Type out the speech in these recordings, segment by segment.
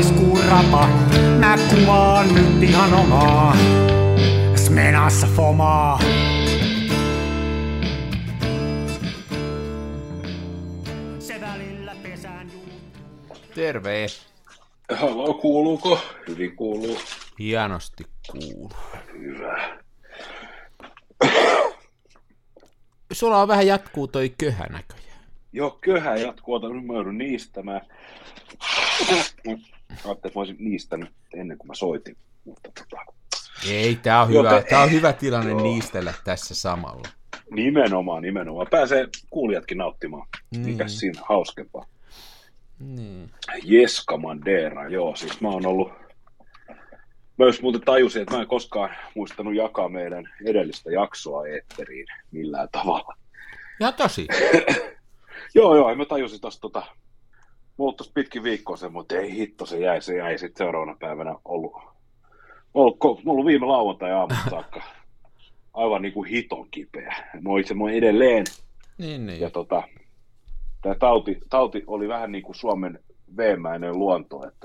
iskuu rapa. Mä kuvaan nyt ihan omaa Smenassa fomaa. Se välillä pesään Terve. Halo, kuuluuko? Hyvin kuuluu. Hienosti kuuluu. Hyvä. Sulla on vähän jatkuu toi köhä näköjään. Joo, köhä jatkuu. Nyt mä joudun niistämään. Ajattelin, että mä olisin niistänyt ennen kuin mä soitin. Mutta Ei, tää on hyvä. Tää on hyvä tilanne niistellä tässä samalla. Nimenomaan. Pääsee kuulijatkin nauttimaan. Niin. Mikäs siinä hauskempaa? Niin. Jeska Mandera, joo. Siis mä oon ollut... Myös muuten tajusin, että mä en koskaan muistanut jakaa meidän edellistä jaksoa eetteriin millään tavalla. Ja tosi. Joo, mä tajusin tosta mulla tuossa pitkin viikkoa sen, mutta ei hitto, se jäi sitten seuraavana päivänä ollut viime lauantai aamusta saakka aivan niin kuin hiton kipeä. Mä oon edelleen. Niin. Ja tämä tauti oli vähän niin kuin Suomen veemäinen luonto, että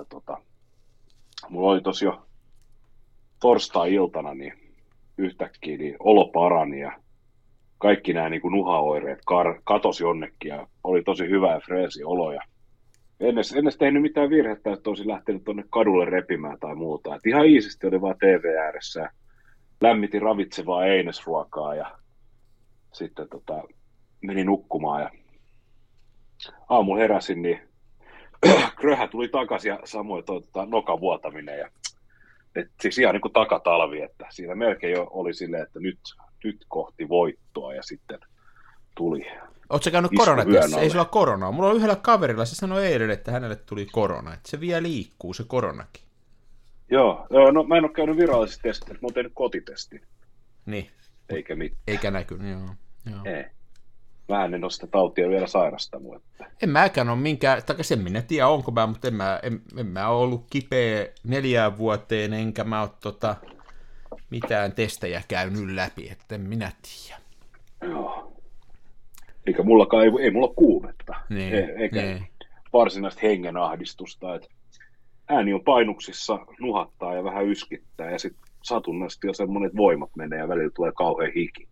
mulla oli tossa jo torstai-iltana niin yhtäkkiä niin olo parani ja kaikki nämä niin kuin nuhaoireet katosi jonnekin ja oli tosi hyvä ja freesi olo. Ja en edes tehnyt mitään virhettä, että olisin lähtenyt tuonne kadulle repimään tai muuta. Et ihan iisisti oli vaan TV ääressä ja lämmitin ravitsevaa einesruokaa ja sitten menin nukkumaan ja aamulla heräsin, niin kröhä tuli takaisin ja samoin nokan vuotaminen. Ja, siis ihan niin kuin takatalvi, että siinä melkein jo oli silleen, että nyt kohti voittoa ja sitten tuli. Oletko sä käynyt koronatestissä? Ei sulla koronaa. Mulla on yhdellä kaverilla, se sanoi eilen, että hänelle tuli korona. Että se vielä liikkuu, se koronakin. Joo, no mä en ole käynyt virallisessa testissä, mä oon tehnyt kotitestin. Niin. Eikä mitään. Eikä näkynyt, joo. Ei. Mä en ole sitä tautia vielä sairastanut. Että... En mäkään ole tai sen minä tiedä onko mä, mutta en mä ole ollut kipeä 4 vuoteen, enkä mä ole mitään testejä käynyt läpi, että en minä tiedä. Joo. Eikä mullakaan, ei mulla kuumetta, eikä varsinaista hengenahdistusta. Että ääni on painuksissa, nuhattaa ja vähän yskittää ja sitten satunnaisesti on semmoinen, että voimat menee ja välillä tulee kauhean hiki.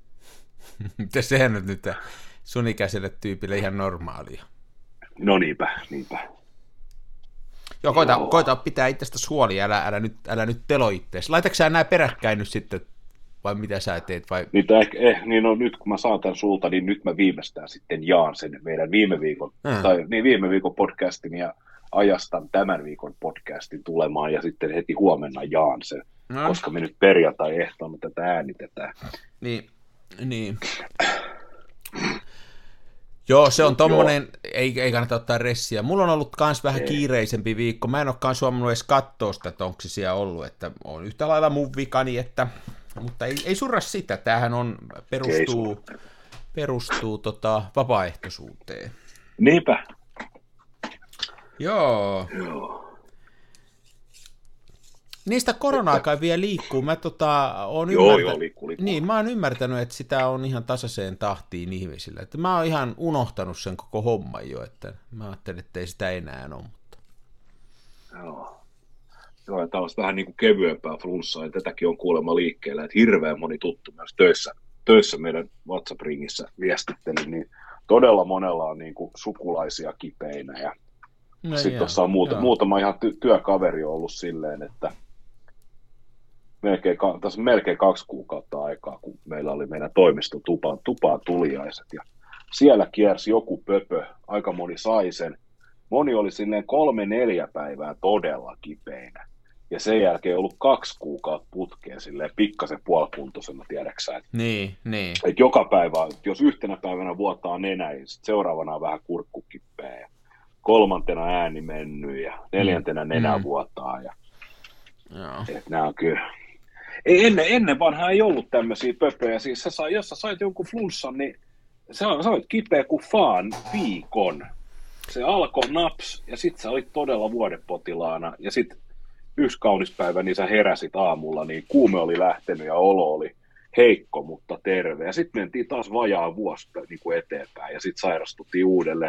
Sehän on nyt sun ikäiselle tyypille ihan normaalia. No niinpä. Joo, koita pitää itsestäsi huoli, älä nyt telo itseäsi. Laitatko sä nämä peräkkäin nyt sitten, vai mitä sä teet? Vai? Nyt kun mä saan tämän sulta, niin nyt mä viimeistään sitten jaan sen meidän viime viikon podcastin ja ajastan tämän viikon podcastin tulemaan ja sitten heti huomenna jaan sen, koska me nyt perjantai-ehtoona tätä äänitetään. Niin. Joo, se on tommonen, ei kannata ottaa ressiä. Mulla on ollut kans vähän kiireisempi viikko. Mä en olekaan suomannut edes katsoa sitä, että onko se siellä ollut, että on yhtä lailla mun vikani, mutta ei surra sitä. Tämähän perustuu vapaaehtoisuuteen. Niinpä. Joo. Niistä korona-aikaa vielä liikkuu. Mä oon liikkuu. Niin, mä oon ymmärtänyt, että sitä on ihan tasaiseen tahtiin ihmisillä. Että mä oon ihan unohtanut sen koko homman jo, että mä ajattelin, että ei sitä enää ole. Mutta... Joo, ja tällaista vähän niin kuin kevyempää flunssaa, ja tätäkin on kuulemma liikkeellä, että hirveän moni tuttu myös töissä meidän WhatsApp-ringissä viestitteli, niin todella monella on niin kuin sukulaisia kipeinä, ja sitten tuossa on muutama ihan työkaveri on ollut silleen, että tässä on melkein 2 kuukautta aikaa, kun meillä oli meidän toimiston tupaan tuliaiset, ja siellä kiersi joku pöpö, aika moni sai sen. Moni oli silleen 3-4 päivää todella kipeinä, ja sen jälkeen ollut 2 kuukautta putkeen silleen pikkasen puolikuntoisena, tiedäksä. Niin. Että joka päivä, jos yhtenä päivänä vuotaa nenä, niin seuraavana on vähän kurkku kipeä, ja 3. ääni mennyt, ja 4. nenä vuotaa, ja nämä on kyllä... Ennen vanhaa ei ollut tämmöisiä pöpöjä, siis jos sä sait jonkun flunssan, niin sä olit kipeä kuin faan viikon. Se alkoi naps, ja sit sä olit todella vuodepotilaana, ja sit yksi kaunis päivä, niin sä heräsit aamulla, niin kuume oli lähtenyt ja olo oli heikko, mutta terve. Ja sitten mentiin taas vajaa vuosi niin kuin eteenpäin, ja sitten sairastuttiin uudelleen.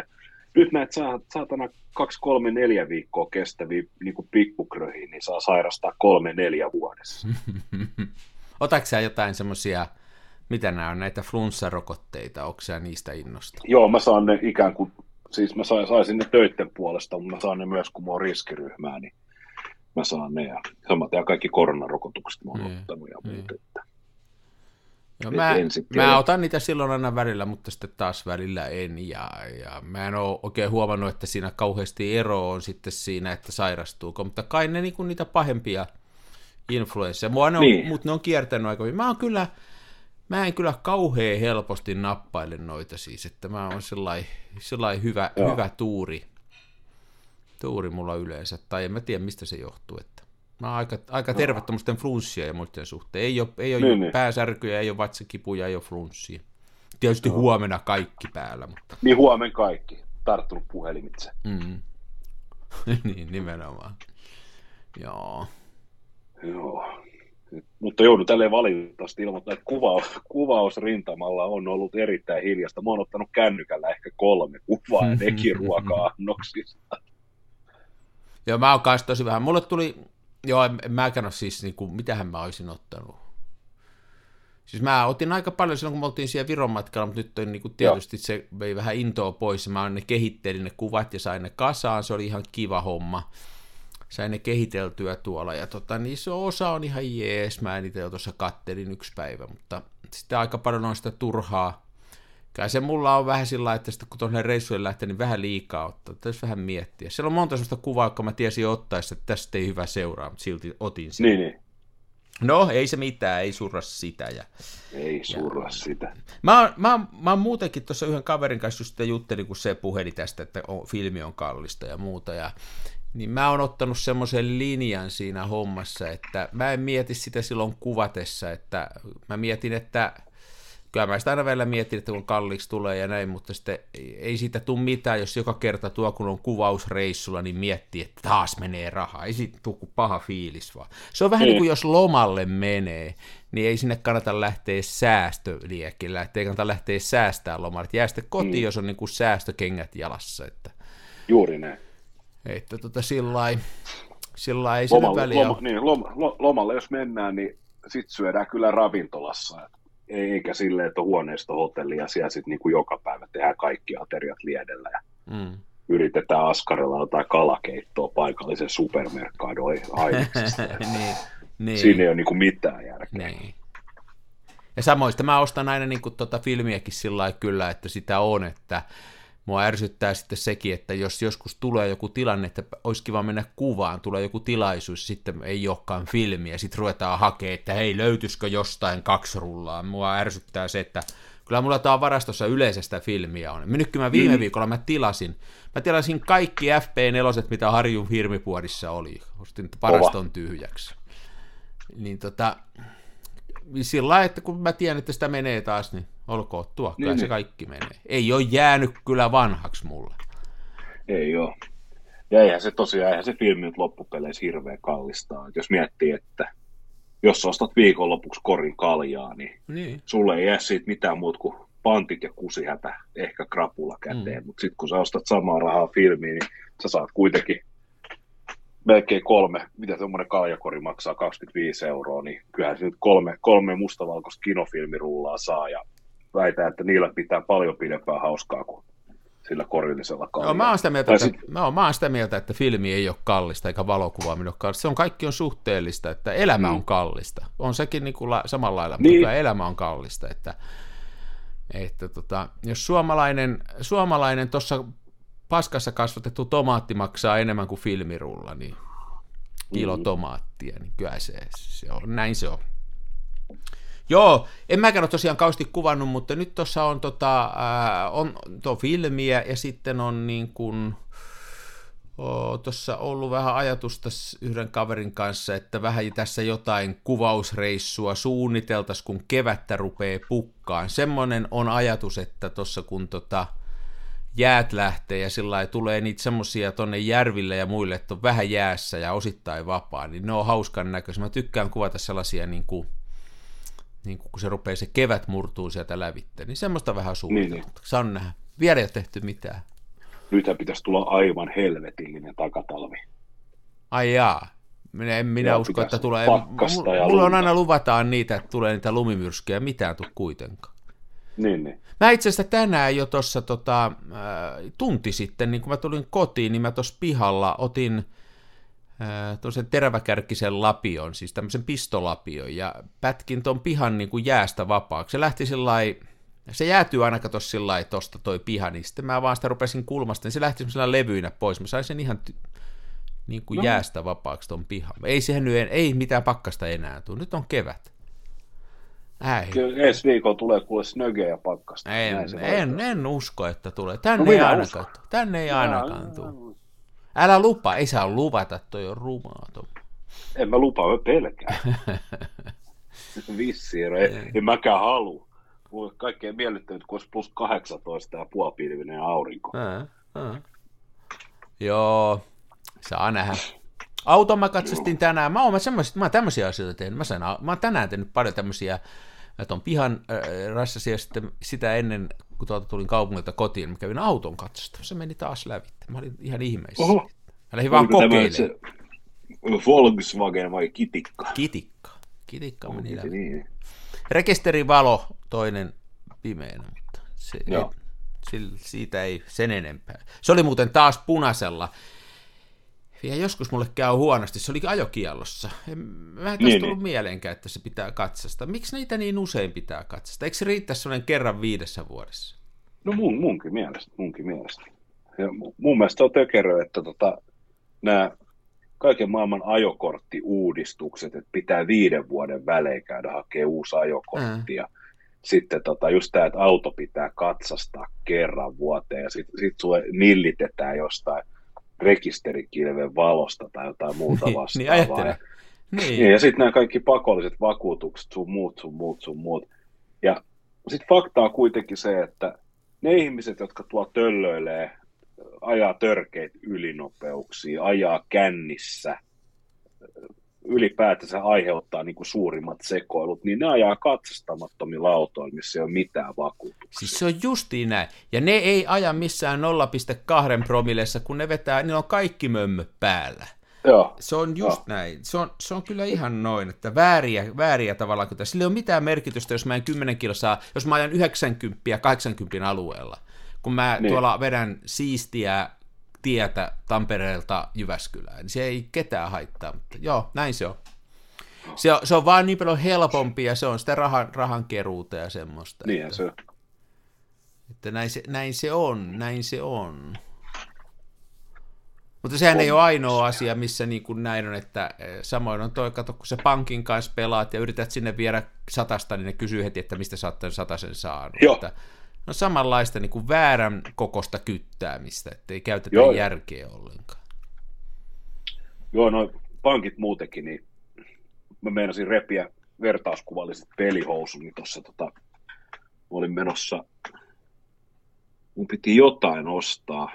nyt näitä saatana 2, 3, 4 viikkoa kestäviä niin pikkukröhiä, niin saa sairastaa 3-4 vuodessa. Otatko sä jotain semmoisia, mitä nämä on, näitä flunssarokotteita, onko sä niistä innostunut? Joo, mä saan ne ikään kuin, siis mä saisin ne töitten puolesta, mutta mä saan ne myös, kun mä oon riskiryhmää, niin mä saan ne. Ja samaten kaikki koronarokotukset mä oon ottanut ja muuta. Joo, mä otan niitä silloin aina välillä, mutta sitten taas välillä en, ja mä en ole oikein huomannut, että siinä kauheasti ero on sitten siinä, että sairastuuko, mutta kai ne niinku niitä pahempia influensseja, mutta ne on kiertänyt aika hyvin. Mä en kyllä kauhean helposti nappaile noita siis, että mä oon sellainen hyvä tuuri mulla yleensä, tai en mä tiedä mistä se johtuu, että mä oon aika terve tommoisten flunssia ja muiden suhteen. Ei ole pääsärkyjä, ei ole vatsakipuja, ei ole flunssia. Tietysti huomenna kaikki päällä. Mutta... Niin huomenna kaikki. Tarttunut puhelimitse. Niin, nimenomaan. Joo. Mutta joudun tälleen valitettavasti ilmoittaa, että kuvausrintamalla on ollut erittäin hiljasta. Mä oon ottanut kännykällä ehkä 3 kuvaa ja nekin ruoka-annoksista. Joo, mä oon kanssa tosi vähän. Mulle tuli... Joo, en mäkään ole siis, niin kuin, mitähän mä olisin ottanut. Siis mä otin aika paljon silloin, kun me oltiin siellä Viron matkalla, mutta nyt on, niin kuin, tietysti se vei vähän intoa pois. Mä ne kehittelin ne kuvat ja sain ne kasaan, se oli ihan kiva homma. Sain ne kehiteltyä tuolla, ja niin se osa on ihan jees. Mä niitä jo tuossa kattelin 1 päivä, mutta sitten aika paljon on sitä turhaa. Kyllä se mulla on vähän sillä lailla, että sitten kun tuonne reissuille lähtee, niin vähän liikaa ottaa. Täytyisi vähän miettiä. Siellä on monta sellaista kuvaa, joka mä tiesin ottaessa, että tästä ei hyvä seuraa, mutta silti otin sen. Niin. No, ei se mitään, ei surra sitä. Ei surra sitä. Mä oon muutenkin tuossa yhden kaverin kanssa just juttelin, kun se puheli tästä, että filmi on kallista ja muuta. Niin mä oon ottanut semmoisen linjan siinä hommassa, että mä en mieti sitä silloin kuvatessa, että mä mietin, että... Kyllä mä sitä aina välillä mietin, että kun kalliiksi tulee ja näin, mutta sitten ei siitä tule mitään, jos joka kerta tuo, kun on kuvausreissulla, niin miettii, että taas menee rahaa. Ei siitä tule kuin paha fiilis vaan. Se on vähän niin kuin jos lomalle menee, niin ei sinne kannata lähteä säästöliekille, ei kannata lähteä säästää lomalle. Että jää sitten kotiin, jos on niin kuin säästökengät jalassa. Että, juuri näin. Että sillä ei sillä väliä lomalle jos mennään, niin sitten syödään kyllä ravintolassa, eikä silleen, että on huoneistohotelli ja siellä sitten niinku joka päivä tehdään kaikki ateriat liedellä ja yritetään askarella jotain kalakeittoa paikallisen supermerkkaadon aineksesta. niin. Siinä ei ole niinku mitään järkeä. Niin. Ja samoista mä ostan aina niinku filmiäkin sillä lailla kyllä, että sitä on, että mua ärsyttää sitten sekin, että jos joskus tulee joku tilanne, että olisi kiva mennä kuvaan, tulee joku tilaisuus, sitten ei olekaan filmiä, sitten ruvetaan hakemaan, että hei, löytyisikö jostain 2 rullaa. Mua ärsyttää se, että kyllä mulla tää varastossa yleisestä filmiä on. Nytkin mä viime viikolla mä tilasin kaikki FP4, mitä Harjun firmipuodissa oli. Ostin varaston tyhjäksi. Niin sillä lailla, että kun mä tiedän, että sitä menee taas, niin olkoon tuo, kyllä se kaikki menee. Ei ole jäänyt kyllä vanhaksi mulle. Ei ole. Ja eihän se filmi nyt loppupeleissä hirveän kallistaa. Jos miettii, että jos ostat viikonlopuksi korin kaljaa, niin sulle ei jää siitä mitään muuta kuin pantit ja kusihätä, ehkä krapula käteen. Mutta sitten kun sä ostat samaa rahaa filmiin, niin sä saat kuitenkin melkein 3, mitä semmoinen kaljakori maksaa 25 €, niin kyllähän se nyt 3 mustavalkoista kinofilmirullaa saa, ja väitän, että niillä pitää paljon pidempään hauskaa kuin sillä korillisella kaljalla. Mä oon sitä mieltä, että filmi ei ole kallista, eikä valokuvaaminen ole kallista. Kaikki on suhteellista, että elämä on kallista. On sekin niin kuin samalla lailla, mutta kyllä elämä on kallista. Että jos suomalainen tuossa paskassa kasvatettu tomaatti maksaa enemmän kuin filmirulla, niin kilo tomaattia, niin kyllä se on, näin se on. Joo, en mäkään ole tosiaan kauheasti kuvannut, mutta nyt tuossa on, on filmiä ja sitten on niin kuin, tuossa ollut vähän ajatusta yhden kaverin kanssa, että vähän tässä jotain kuvausreissua suunniteltaisiin, kun kevättä rupeaa pukkaan. Semmoinen on ajatus, että tuossa kun jäät lähtee ja sillä lailla tulee niitä semmoisia tonne järville ja muille, että on vähän jäässä ja osittain vapaa, niin ne on hauskan näköisiä. Mä tykkään kuvata sellaisia, niin kuin kun se rupeaa se kevät murtuu sieltä lävitte, niin semmoista vähän suunnitelmaa. Saa nähdä. Vielä ei ole tehty mitään. Nythän pitäisi tulla aivan helvetillinen takatalvi. Ai jaa. En minä usko, että tulee. Mulla on aina luvataan niitä, että tulee niitä lumimyrskyjä, mitään tule kuitenkaan. Niin. Mä itse asiassa tänään jo tuossa tunti sitten, niin kun mä tulin kotiin, niin mä tuossa pihalla otin tuollaisen teräväkärkkisen lapion, siis tämmöisen pistolapion, ja pätkin ton pihan niin kuin jäästä vapaaksi. Se lähti sillai, se jäätyy aina tuossa sillai tosta toi piha, niin sitten mä vaan sitä rupesin kulmasta, niin se lähti semmoisella levyinä pois. Mä sain sen ihan niin kuin jäästä vapaaksi ton pihan. Ei mitään pakkasta enää tule, nyt on kevät. Ensi viikolla tulee kuule snögeä pakkasta. En usko, että tulee. Tänne ei ainakaan tule. Älä lupa, ei saa luvata, toi on rumaa. En mä lupaa, mä pelkään. Vissiin, en mäkään halua. Mulle kaikkein miellyttänyt, kun olisi plus 18 ja puolipilvinen aurinko. Saa nähdä. Auton mä katsastin tänään. Mä oon tämmöisiä asioita tehnyt. Mä oon tänään tehnyt paljon tämmöisiä, että on pihan rassasi ja sitten sitä ennen, kun tulin kaupungilta kotiin, mä kävin auton katsosta. Se meni taas lävittä. Mä olin ihan ihmeessä. Mä lähdin vaan kokeilemaan. Volkswagen vai Kitikka? Kitikka meni läpi. Niin. Rekisterivalo toinen pimeänä, mutta siitä ei sen enempää. Se oli muuten taas punaisella. Ja joskus mulle käy huonosti, se oli ajokiellossa. Mä en tästä tullut mieleenkään, että se pitää katsasta. Miksi niitä niin usein pitää katsasta? Eikö se riittäisi sellainen kerran 5 vuodessa? No munkin mielestä. Ja mun mielestä on tökerö, että nämä kaiken maailman ajokorttiuudistukset, että pitää 5 vuoden välein käydä hakemaan uusi ajokortti. Ja sitten just tämä, että auto pitää katsastaa kerran vuoteen ja sitten sulle nillitetään jostain rekisterikilven valosta tai jotain muuta vastaavaa. Niin, ja sitten nämä kaikki pakolliset vakuutukset, sun muut. Ja sitten fakta on kuitenkin se, että ne ihmiset, jotka tuolla töllöilee, ajaa törkeitä ylinopeuksia, ajaa kännissä, ylipäätänsä aiheuttaa niin kuin suurimmat sekoilut, niin ne ajaa katsastamattomilla autoilla, missä ei ole mitään vakuutuksia. Siis se on justiin näin. Ja ne ei aja missään 0,2 promillessa, kun ne vetää, niillä on kaikki mömmöt päällä. Joo. Se on just näin. Se on kyllä ihan noin, että vääriä tavallaan. Sillä ei ole mitään merkitystä, jos mä en 10 kilsaa, jos mä ajan 90 ja 80 alueella, kun mä tuolla vedän siistiä tietä Tampereelta Jyväskylään, niin se ei ketään haittaa, mutta joo, näin se on. Se on vaan niin paljon helpompi ja se on sitä rahan keruuta ja semmoista. Niinhän se on. Että näin se on. Mutta sehän ei ole ainoa asia, missä niin kuin näin on, että samoin on toi, kato, kun sä pankin kanssa pelaat ja yrität sinne viedä 100, niin ne kysyy heti, että mistä sä oot tämän 100 saanut. Että no samanlaista niin kuin väärän kokosta kyttäämistä, ettei käytetä järkeä ollenkaan. Joo, no pankit muutenkin, niin mä meinasin repiä vertauskuvalliset pelihousuni tuossa, olin menossa, mun piti jotain ostaa,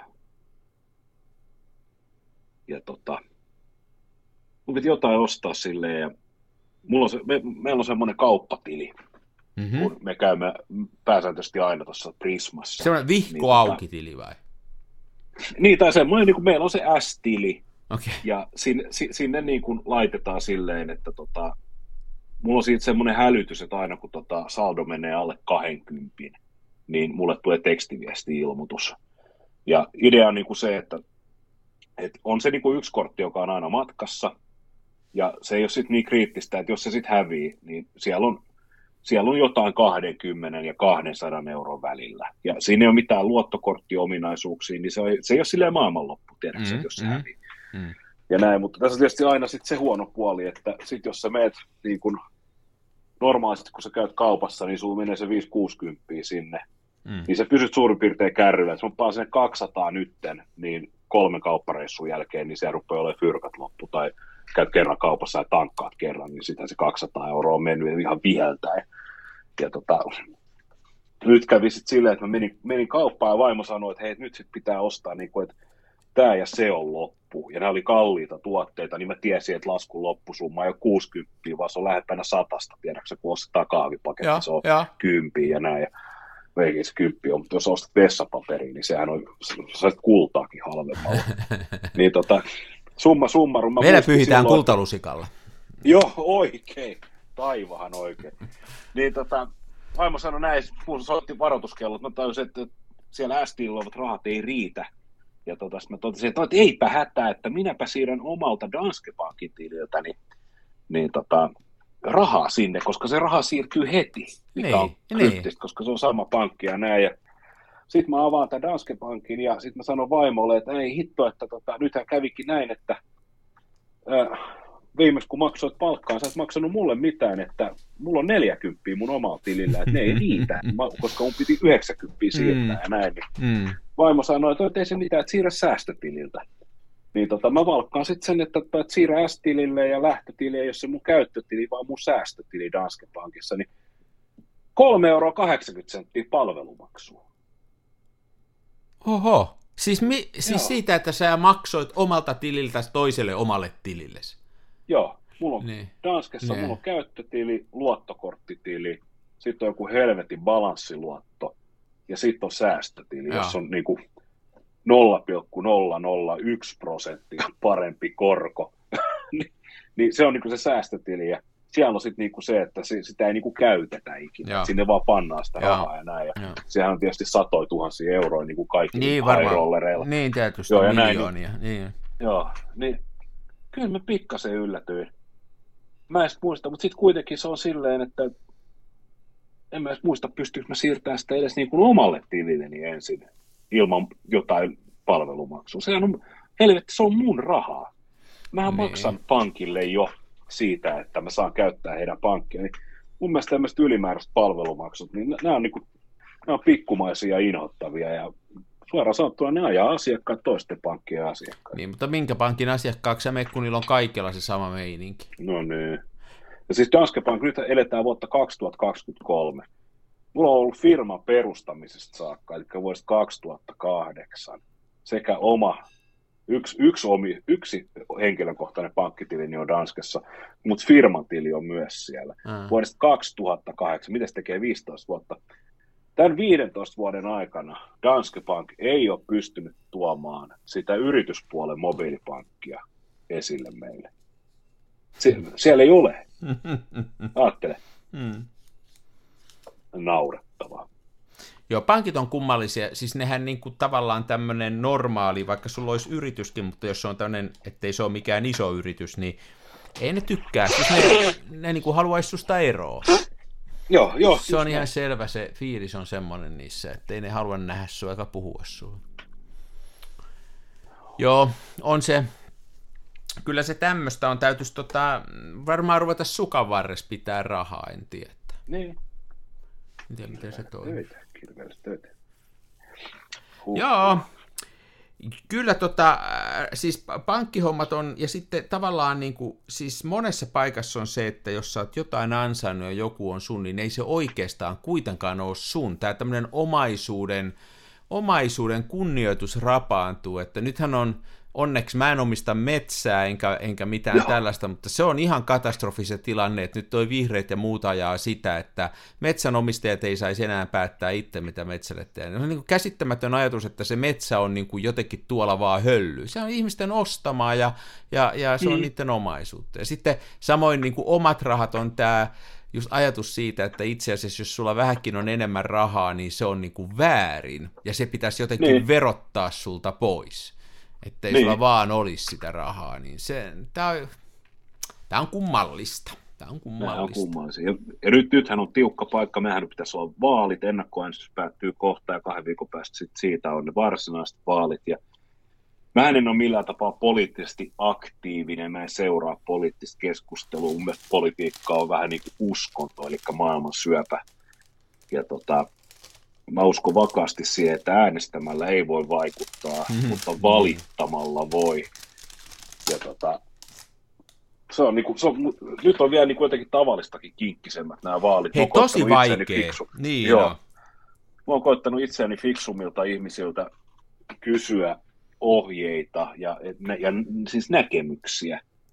ja mun piti jotain ostaa silleen, ja meillä on semmoinen kauppatili, kun me käymme pääsääntöisesti aina tuossa Prismassa. Semmoinen vihko-auki-tili vai? Niin, tai semmoinen, niin kuin meillä on se S-tili, okay. Ja sinne niin kuin laitetaan silleen, että mulla on siitä semmoinen hälytys, että aina kun saldo menee alle 20, niin mulle tulee tekstiviesti-ilmoitus. Ja idea on niin kuin se, että on se niin kuin yksi kortti, joka on aina matkassa, ja se ei ole sitten niin kriittistä, että jos se sitten hävii, niin siellä on jotain 20 ja 200 euron välillä. Ja siinä ei ole mitään luottokorttiominaisuuksia, niin se ei ole silleen maailmanloppu, tiedätkö, jos se hävii. Ja näin, mutta tässä on tietysti aina sit se huono puoli, että sit jos sä meet niin kun normaalisti, kun sä käyt kaupassa, niin sulla menee se 5-60 sinne, niin sä pysyt suurin piirtein kärryllä. Jos mä paan sinne 200 nytten, niin 3 kauppareissun jälkeen, niin se rupeaa olemaan fyrkat loppu, tai käyt kerran kaupassa ja tankkaat kerran, niin sitä se 200 € on mennyt ihan viheltäen. Ja nyt kävi sitten silleen, että mä menin kauppaan ja vaimo sanoi, että hei, nyt sit pitää ostaa, niin kun, että tämä ja se on loppu. Ja nämä oli kalliita tuotteita, niin mä tiesin, että laskun loppusumma ei ole 60, vaan se on lähempänä 100, tiedätkö, kun ostetaan kahvipaketti, se on 10 ja näin. Veikin se 10 on, mutta jos ostat vessapaperia, niin sehän on, saisit kultaakin halvemmalla. Niin summa summarum. Meillä pyhitään kultalusikalla. Joo, oikein. Taivahan oikein. Niin vaimo sanoi näin, kun soitti varoituskellot, mä tajusin, että siellä ST:llä olevat rahat ei riitä. Ja mä totesin, että eipä hätää, että minäpä siirrän omalta Danske Bankin tililtä niin rahaa sinne, koska se raha siirtyy heti, mikä on kryptistä, koska se on sama pankki ja näin. Sitten mä avaan tämän Danske Bankin ja sitten mä sanon vaimolle, että ei hitto, että nythän kävikin näin, että viimeis kun maksoit palkkaan, sä et maksanut mulle mitään, että mulla on 40 mun omalla tilillä, että ne ei riitä, koska mun piti 90 siirtää ja näin. Vaimo sanoi, että ei se mitään, että siirrä säästötililtä. Niin mä valkkaan sitten sen, että siirrä S-tilille ja lähtötili, jos se mun käyttötili, vaan mun säästötili Danske Bankissa, niin 3,80 € palvelumaksua. Oho, siis siitä, että sä maksoit omalta tililtä toiselle omalle tilillesi. Joo, mulla on Danskessa mulla on käyttötili, luottokorttitili, sitten on joku helvetin balanssiluotto ja sitten on säästötili, jossa on niinku 0,001% parempi korko. Niin se on niinku se säästötili ja siellä on sitten niinku se, että sitä ei niinku käytetä ikinä. Sinne vaan pannaan sitä rahaa ja näin. Ja sehän on tietysti satoja tuhansia euroja niinku kaikilla high-rollereilla. Niin tietysti, miljoonia. Joo, niin kyllä mä pikkasen yllätyin. Mä en muista, mutta sitten kuitenkin se on silleen, että en mä edes muista, pystyykö mä siirtämään sitä edes niin kuin omalle tililleni ensin ilman jotain palvelumaksua. Sehän on, helvetti, se on mun rahaa. Mähän maksan pankille jo siitä, että mä saan käyttää heidän pankkia. Niin mun mielestä tämmöiset ylimääräiset palvelumaksut, niin nämä on pikkumaisia ja inhottavia ja suoraan sanottuna ne ajaa asiakkaat toisten pankkien asiakkaat. Niin, mutta minkä pankin asiakkaaksi sä menet, kun niillä on kaikilla se sama meininki? No niin. Ja siis Danske Bank, nyt eletään vuotta 2023. Mulla on ollut firman perustamisesta saakka, eli vuodesta 2008, sekä yksi henkilökohtainen pankkitili niin on Danskessa, mutta firman tili on myös siellä. Vuodesta 2008, miten se tekee 15 vuotta? Tämän 15 vuoden aikana Danske Bank ei ole pystynyt tuomaan sitä yrityspuolen mobiilipankkia esille meille. Siellä ei ole. Aattele. Naurettavaa. Joo, pankit on kummallisia. Siis nehän niin kuin tavallaan tämmöinen normaali, vaikka sulla olisi yrityskin, mutta jos se on tämmöinen, ettei se ole mikään iso yritys, niin ei ne tykkää. Siis ne niin kuin haluaisi susta eroa. Joo, se on ihan selvä, se fiilis on semmoinen niissä, ettei ne halua nähdä sua eikä puhua sua. Joo, on se. Kyllä se tämmöistä on, täytyisi varmaan ruveta sukan varressa pitää rahaa, en tiedä. Niin. En tiedä, miten se toimii. Töitä. Joo, kyllä siis pankkihommat on, ja sitten tavallaan niin kuin, siis monessa paikassa on se, että jos sä oot jotain ansainnut ja joku on sun, niin ei se oikeastaan kuitenkaan ole sun. Tämä tämmöinen omaisuuden kunnioitus rapaantuu, että nythän on, onneksi mä en omista metsää enkä mitään tällaista, mutta se on ihan katastrofisen tilanne, että nyt toi vihreät ja muut ajaa sitä, että metsänomistajat ei saisi enää päättää itse, mitä metsälle tehdään. Se on niin kuin käsittämätön ajatus, että se metsä on niin kuin jotenkin tuolla vaan hölly. Se on ihmisten ostamaa ja se on niiden omaisuutta. Ja sitten samoin niin kuin omat rahat on tämä just ajatus siitä, että itse asiassa jos sulla vähänkin on enemmän rahaa, niin se on niin kuin väärin ja se pitäisi jotenkin verottaa sulta pois. Että ei sulla vaan olisi sitä rahaa, niin tämä on kummallista. Tämä on kummallista. Ja nythän on tiukka paikka, mehän pitäisi olla vaalit, ennakkoäänestys päättyy kohta ja 2 viikon päästä siitä on ne varsinaiset vaalit. Ja mä en ole millään tapaa poliittisesti aktiivinen, mä en seuraa poliittista keskustelua, mun mielestä politiikka on vähän niin kuin uskonto, eli maailman syöpä. Ja mä uskon vakaasti siihen, että äänestämällä ei voi vaikuttaa, mutta valittamalla voi. Ja se on nyt on vielä jotenkin tavallistakin kinkkisemmät nämä vaalit. Hei, tosi vaikea. Niin, joo. Mä oon koittanut itseäni fiksumilta ihmisiltä kysyä ohjeita ja siis näkemyksiä.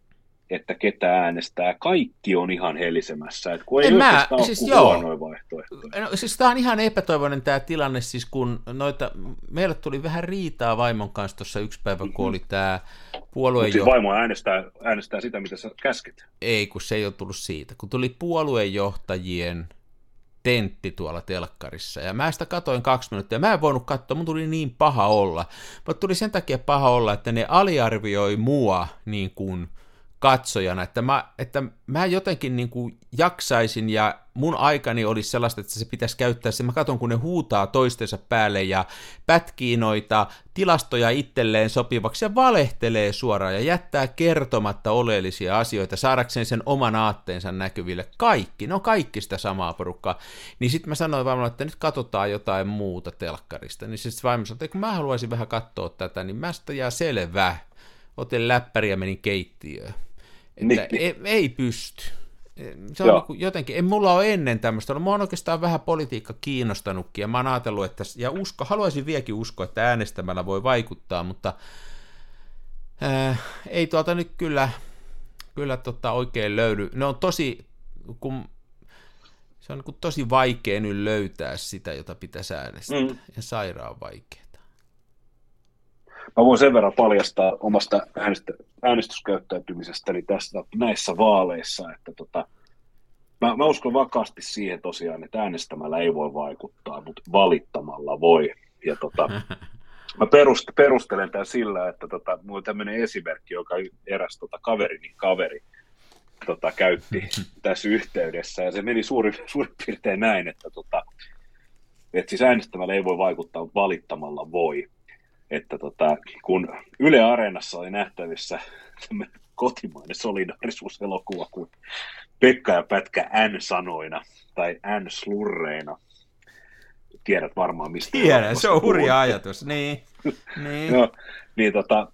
että ketä äänestää, kaikki on ihan helisemässä, että kun ei En oikeastaan siis ole huonoja vaihtoehtoja. No, siis tämä on ihan epätoivoinen tämä tilanne, siis kun meille tuli vähän riitaa vaimon kanssa tuossa yksi päivä, kun oli tämä puoluejohtaja. Siis vaimo äänestää sitä, mitä sä käskit. Ei, kun se ei ole tullut siitä. Kun tuli puoluejohtajien tentti tuolla telkkarissa, ja mä sitä katoin 2 minuuttia, mä en voinut katsoa, mun tuli niin paha olla. Mutta tuli sen takia paha olla, että ne aliarvioi mua niin kuin katsojana, että mä jotenkin niin kuin jaksaisin ja mun aikani olisi sellaista, että se pitäisi käyttää se, mä katson kun ne huutaa toistensa päälle ja pätkii noita tilastoja itselleen sopivaksi ja valehtelee suoraan ja jättää kertomatta oleellisia asioita saadakseen sen oman aatteensa näkyville. Kaikki, ne on kaikki sitä samaa porukkaa. Niin sitten mä sanoin vaimolle, että nyt katsotaan jotain muuta telkkarista. Niin sitten vaimo sanoi, että kun mä haluaisin vähän katsoa tätä, niin mä sitä jää selvä. Otin läppäri ja menin keittiöön. Että ei pysty. Se on niin jotenkin, en mulla ole ennen tämmöistä, mä oon oikeastaan vähän politiikka kiinnostanutkin, ja mä oon ajatellut, että, ja haluaisin vieläkin uskoa, että äänestämällä voi vaikuttaa, mutta ei tuolta nyt kyllä oikein löydy. Ne on tosi, se on niin tosi vaikea nyt löytää sitä, jota pitäisi äänestää, ja sairaan vaikeaa. Mä voin sen verran paljastaa omasta äänestyskäyttäytymisestäni näissä vaaleissa, että mä uskon vakaasti siihen tosiaan, että äänestämällä ei voi vaikuttaa, mutta valittamalla voi. Ja mä perustelen tämän sillä, että mulla on tämmöinen esimerkki, joka eräs kaverini kaveri käytti tässä yhteydessä, ja se meni suurin piirtein näin, että siis äänestämällä ei voi vaikuttaa, mutta valittamalla voi. Että kun Yle Areenassa oli nähtävissä tämmöinen kotimainen solidaarisuuselokuva kuin Pekka ja Pätkä N-sanoina tai N-slurreina. Tiedät varmaan mistä. Tiedän, se on hurja ajatus. Niin. No, niin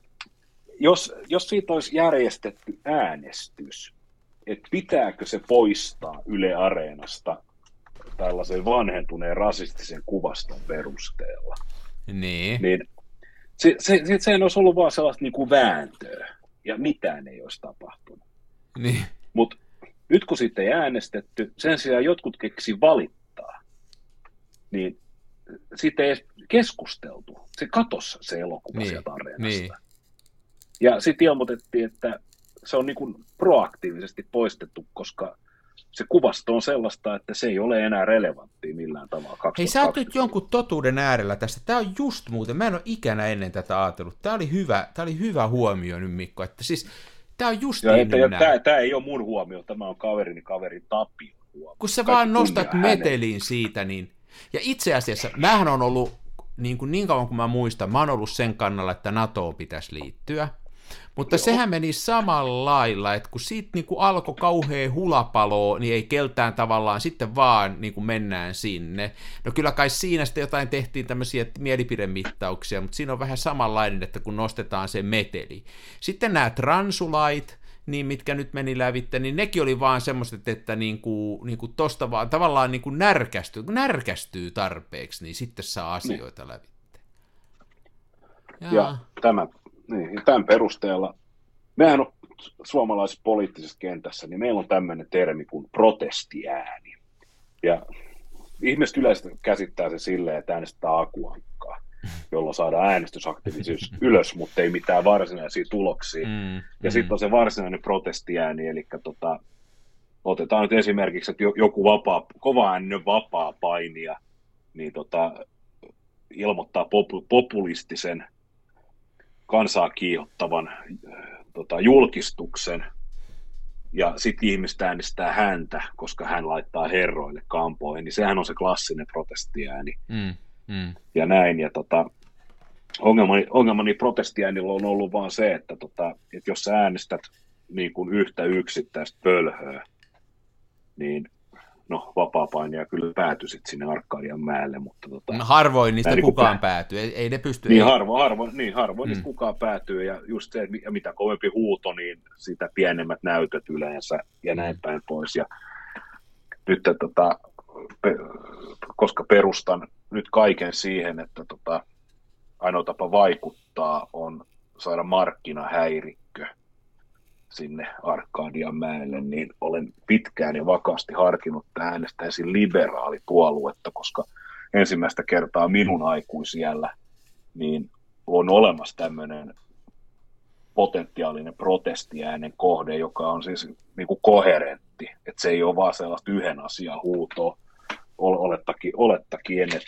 jos siitä olisi järjestetty äänestys, että pitääkö se poistaa Yle Areenasta tällaisen vanhentuneen rasistisen kuvaston perusteella, niin sehän olisi ollut vaan sellaista niin kuin vääntöä, ja mitään ei olisi tapahtunut. Niin. Mutta nyt kun sitten ei äänestetty, sen sijaan jotkut keksi valittaa, niin siitä ei edes keskusteltu. Se katosi se elokuva sieltä Areenasta. Niin. Ja sitten ilmoitettiin, että se on niin kuin proaktiivisesti poistettu, koska se kuvasto on sellaista, että se ei ole enää relevanttia millään tavalla. Hei, sä oot nyt jonkun totuuden äärellä tästä. Tämä on just muuten, mä en ole ikänä ennen tätä ajatellut. Tämä oli hyvä huomio nyt, Mikko, että siis tämä on just niin Tämä ei ole mun huomio, tämä on kaverin Tapion huomio. Kun sä vaan nostat metelin siitä, niin, ja itse asiassa mähän on ollut, niin kauan kuin mä muistan, mä oon ollut sen kannalla, että NATOon pitäisi liittyä. Mutta sehän meni samalla lailla, että kun siitä niin kuin alkoi kauhea hulapalo, niin ei keltään tavallaan sitten vaan niin kuin mennään sinne. No kyllä kai siinä sitten jotain tehtiin tämmöisiä mielipidemittauksia, mutta siinä on vähän samanlainen, että kun nostetaan se meteli. Sitten nämä transulait, niin mitkä nyt meni lävitte, niin nekin oli vaan semmoiset, että niin kuin tosta vaan tavallaan niin kuin närkästyy tarpeeksi, niin sitten saa asioita lävitte. Ja tämän perusteella, mehän on suomalaisessa poliittisessa kentässä, niin meillä on tämmöinen termi kuin protestiääni. Ja ihmiset yleensä käsittää se silleen, että äänestetään akuankkaa, jolloin saadaan äänestysaktiivisuus ylös, mutta ei mitään varsinaisia tuloksia. Ja sitten on se varsinainen protestiääni, eli otetaan nyt esimerkiksi, että joku kova-ääninen vapaa painija niin ilmoittaa populistisen kansaa kiihottavan julkistuksen, ja sitten ihmiset äänestää häntä, koska hän laittaa herroille kampoihin, niin sehän on se klassinen protestiääni. Ja näin, ja ongelmani protestiäänillä on ollut vaan se, että jos sä äänestät niin kuin yhtä yksittäistä pölhöä, niin vapaapainija kyllä päätyi sitten sinne Arkadian mäelle, mutta harvoin niistä kukaan päätyy, ei ne pysty. Niin harvoin niistä kukaan päätyy, ja just se, että mitä kovempi huuto, niin sitä pienemmät näytöt yleensä, ja näin päin pois. Ja nyt, koska perustan nyt kaiken siihen, että ainoa tapa vaikuttaa on saada markkinahäirikkö sinne Arkadianmäelle, niin olen pitkään ja vakaasti harkinnut, että äänestäisin liberaalipuoluetta, koska ensimmäistä kertaa minun aikuisiällä niin on olemassa tämmöinen potentiaalinen protestiäänen kohde, joka on siis niin kuin koherentti, että se ei ole vaan sellaista yhden asian huutoa. Olettaen,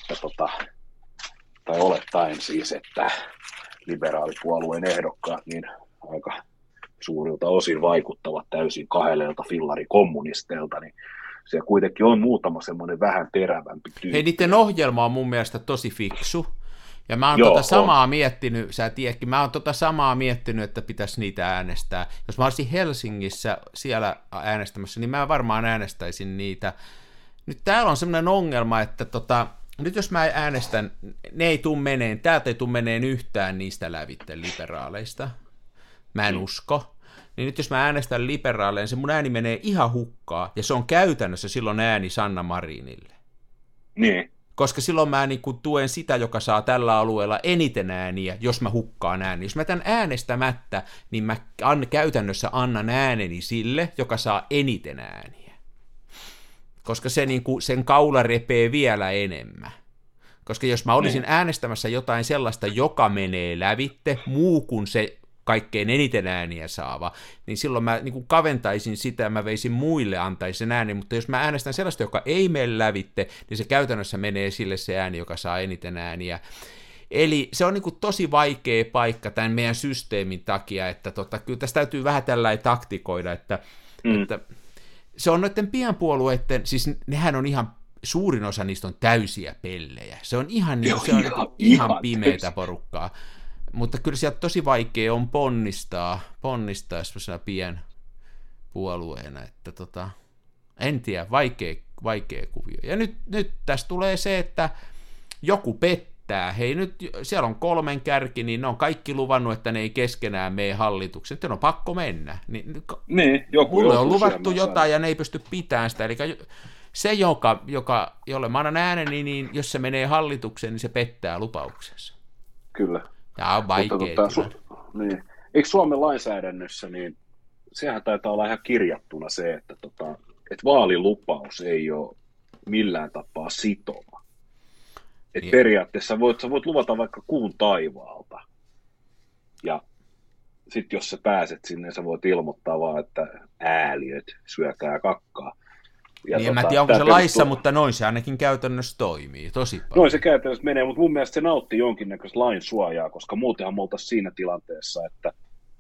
tai olettaen siis, että liberaalipuolueen ehdokkaat niin aika suurilta osin vaikuttavat täysin kahdelta fillarikommunisteilta, niin se kuitenkin on muutama semmoinen vähän terävämpi tyyppi. Hei, niiden ohjelma on mun mielestä tosi fiksu. Ja mä oon samaa miettinyt, sä tiedätkin, samaa miettinyt, että pitäisi niitä äänestää. Jos mä olisin Helsingissä siellä äänestämässä, niin mä varmaan äänestäisin niitä. Nyt täällä on semmoinen ongelma, että nyt jos mä äänestän, täältä ei tule meneen yhtään niistä lävitteen liberaaleista. Mä en usko. Niin nyt jos mä äänestän liberaaleja, niin se mun ääni menee ihan hukkaan, ja se on käytännössä silloin ääni Sanna Marinille. Niin. Koska silloin mä niin kuin tuen sitä, joka saa tällä alueella eniten ääniä, jos mä hukkaan ääni. Jos mä tän äänestämättä, niin mä käytännössä annan ääneni sille, joka saa eniten ääniä. Koska se niin kuin, sen kaula repee vielä enemmän. Koska jos mä olisin äänestämässä jotain sellaista, joka menee lävitte, muu kuin se kaikkein eniten ääniä saava, niin silloin mä niin kuin kaventaisin sitä ja mä veisin muille antaisin sen ääni, mutta jos mä äänestän sellaista, joka ei mene lävitte, niin se käytännössä menee sille se ääni, joka saa eniten ääniä. Eli se on niin kuin tosi vaikea paikka tämän meidän systeemin takia, että kyllä tässä täytyy vähän tällainen taktikoida, että se on noiden pienpuolueiden, siis nehän on ihan, suurin osa niistä on täysiä pellejä, se on ihan, ihan pimeätä porukkaa. Mutta kyllä sieltä tosi vaikea on ponnistaa semmoisena pienpuolueena, että en tiedä, vaikea kuvio. Ja nyt tässä tulee se, että joku pettää. Hei, nyt siellä on 3 kärki, niin ne on kaikki luvannut, että ne ei keskenään mene hallitukseen. Nyt on pakko mennä. Mulle on luvattu jotain ja ne ei pysty pitämään sitä. Eli se, jolle mä annan ääneni, niin jos se menee hallitukseen, niin se pettää lupauksensa. Kyllä. Tämä on vaikea. Niin. Eikö Suomen lainsäädännössä, niin sehän taitaa olla ihan kirjattuna se, että vaalilupaus ei ole millään tapaa sitova. Et periaatteessa sä voit luvata vaikka kuun taivaalta, ja sitten jos sä pääset sinne, sä voit ilmoittaa vaan, että ääliöt, syökää kakkaa. Ja niin en mä tiedä, onko se laissa, mutta noin se ainakin käytännössä toimii, tosi paljon. Noin se käytännössä menee, mutta mun mielestä se nauttii jonkinnäköistä lain suojaa, koska muutenhan me oltaisiin siinä tilanteessa, että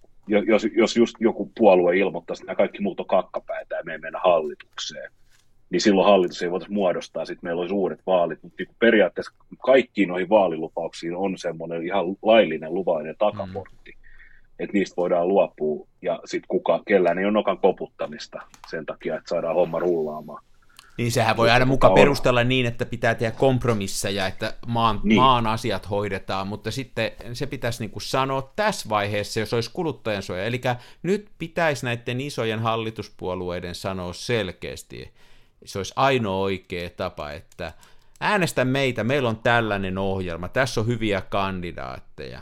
jos just joku puolue ilmoittaisi, että nämä kaikki muut on kakkapäitä ja me ei mennä hallitukseen, niin silloin hallitus ei voitaisiin muodostaa, sitten meillä olisi uudet vaalit, mutta periaatteessa kaikkiin noihin vaalilupauksiin on semmoinen ihan laillinen luvallinen takaportti, että niistä voidaan luopua, ja sitten kellään ei ole nokan koputtamista sen takia, että saadaan homma rullaamaan. Niin sehän voi aina muka perustella niin, että pitää tehdä kompromisseja, että maan asiat hoidetaan, mutta sitten se pitäisi niin kuin sanoa tässä vaiheessa, jos olisi kuluttajansuoja. Eli nyt pitäisi näiden isojen hallituspuolueiden sanoa selkeästi, se olisi ainoa oikea tapa, että äänestä meitä, meillä on tällainen ohjelma, tässä on hyviä kandidaatteja.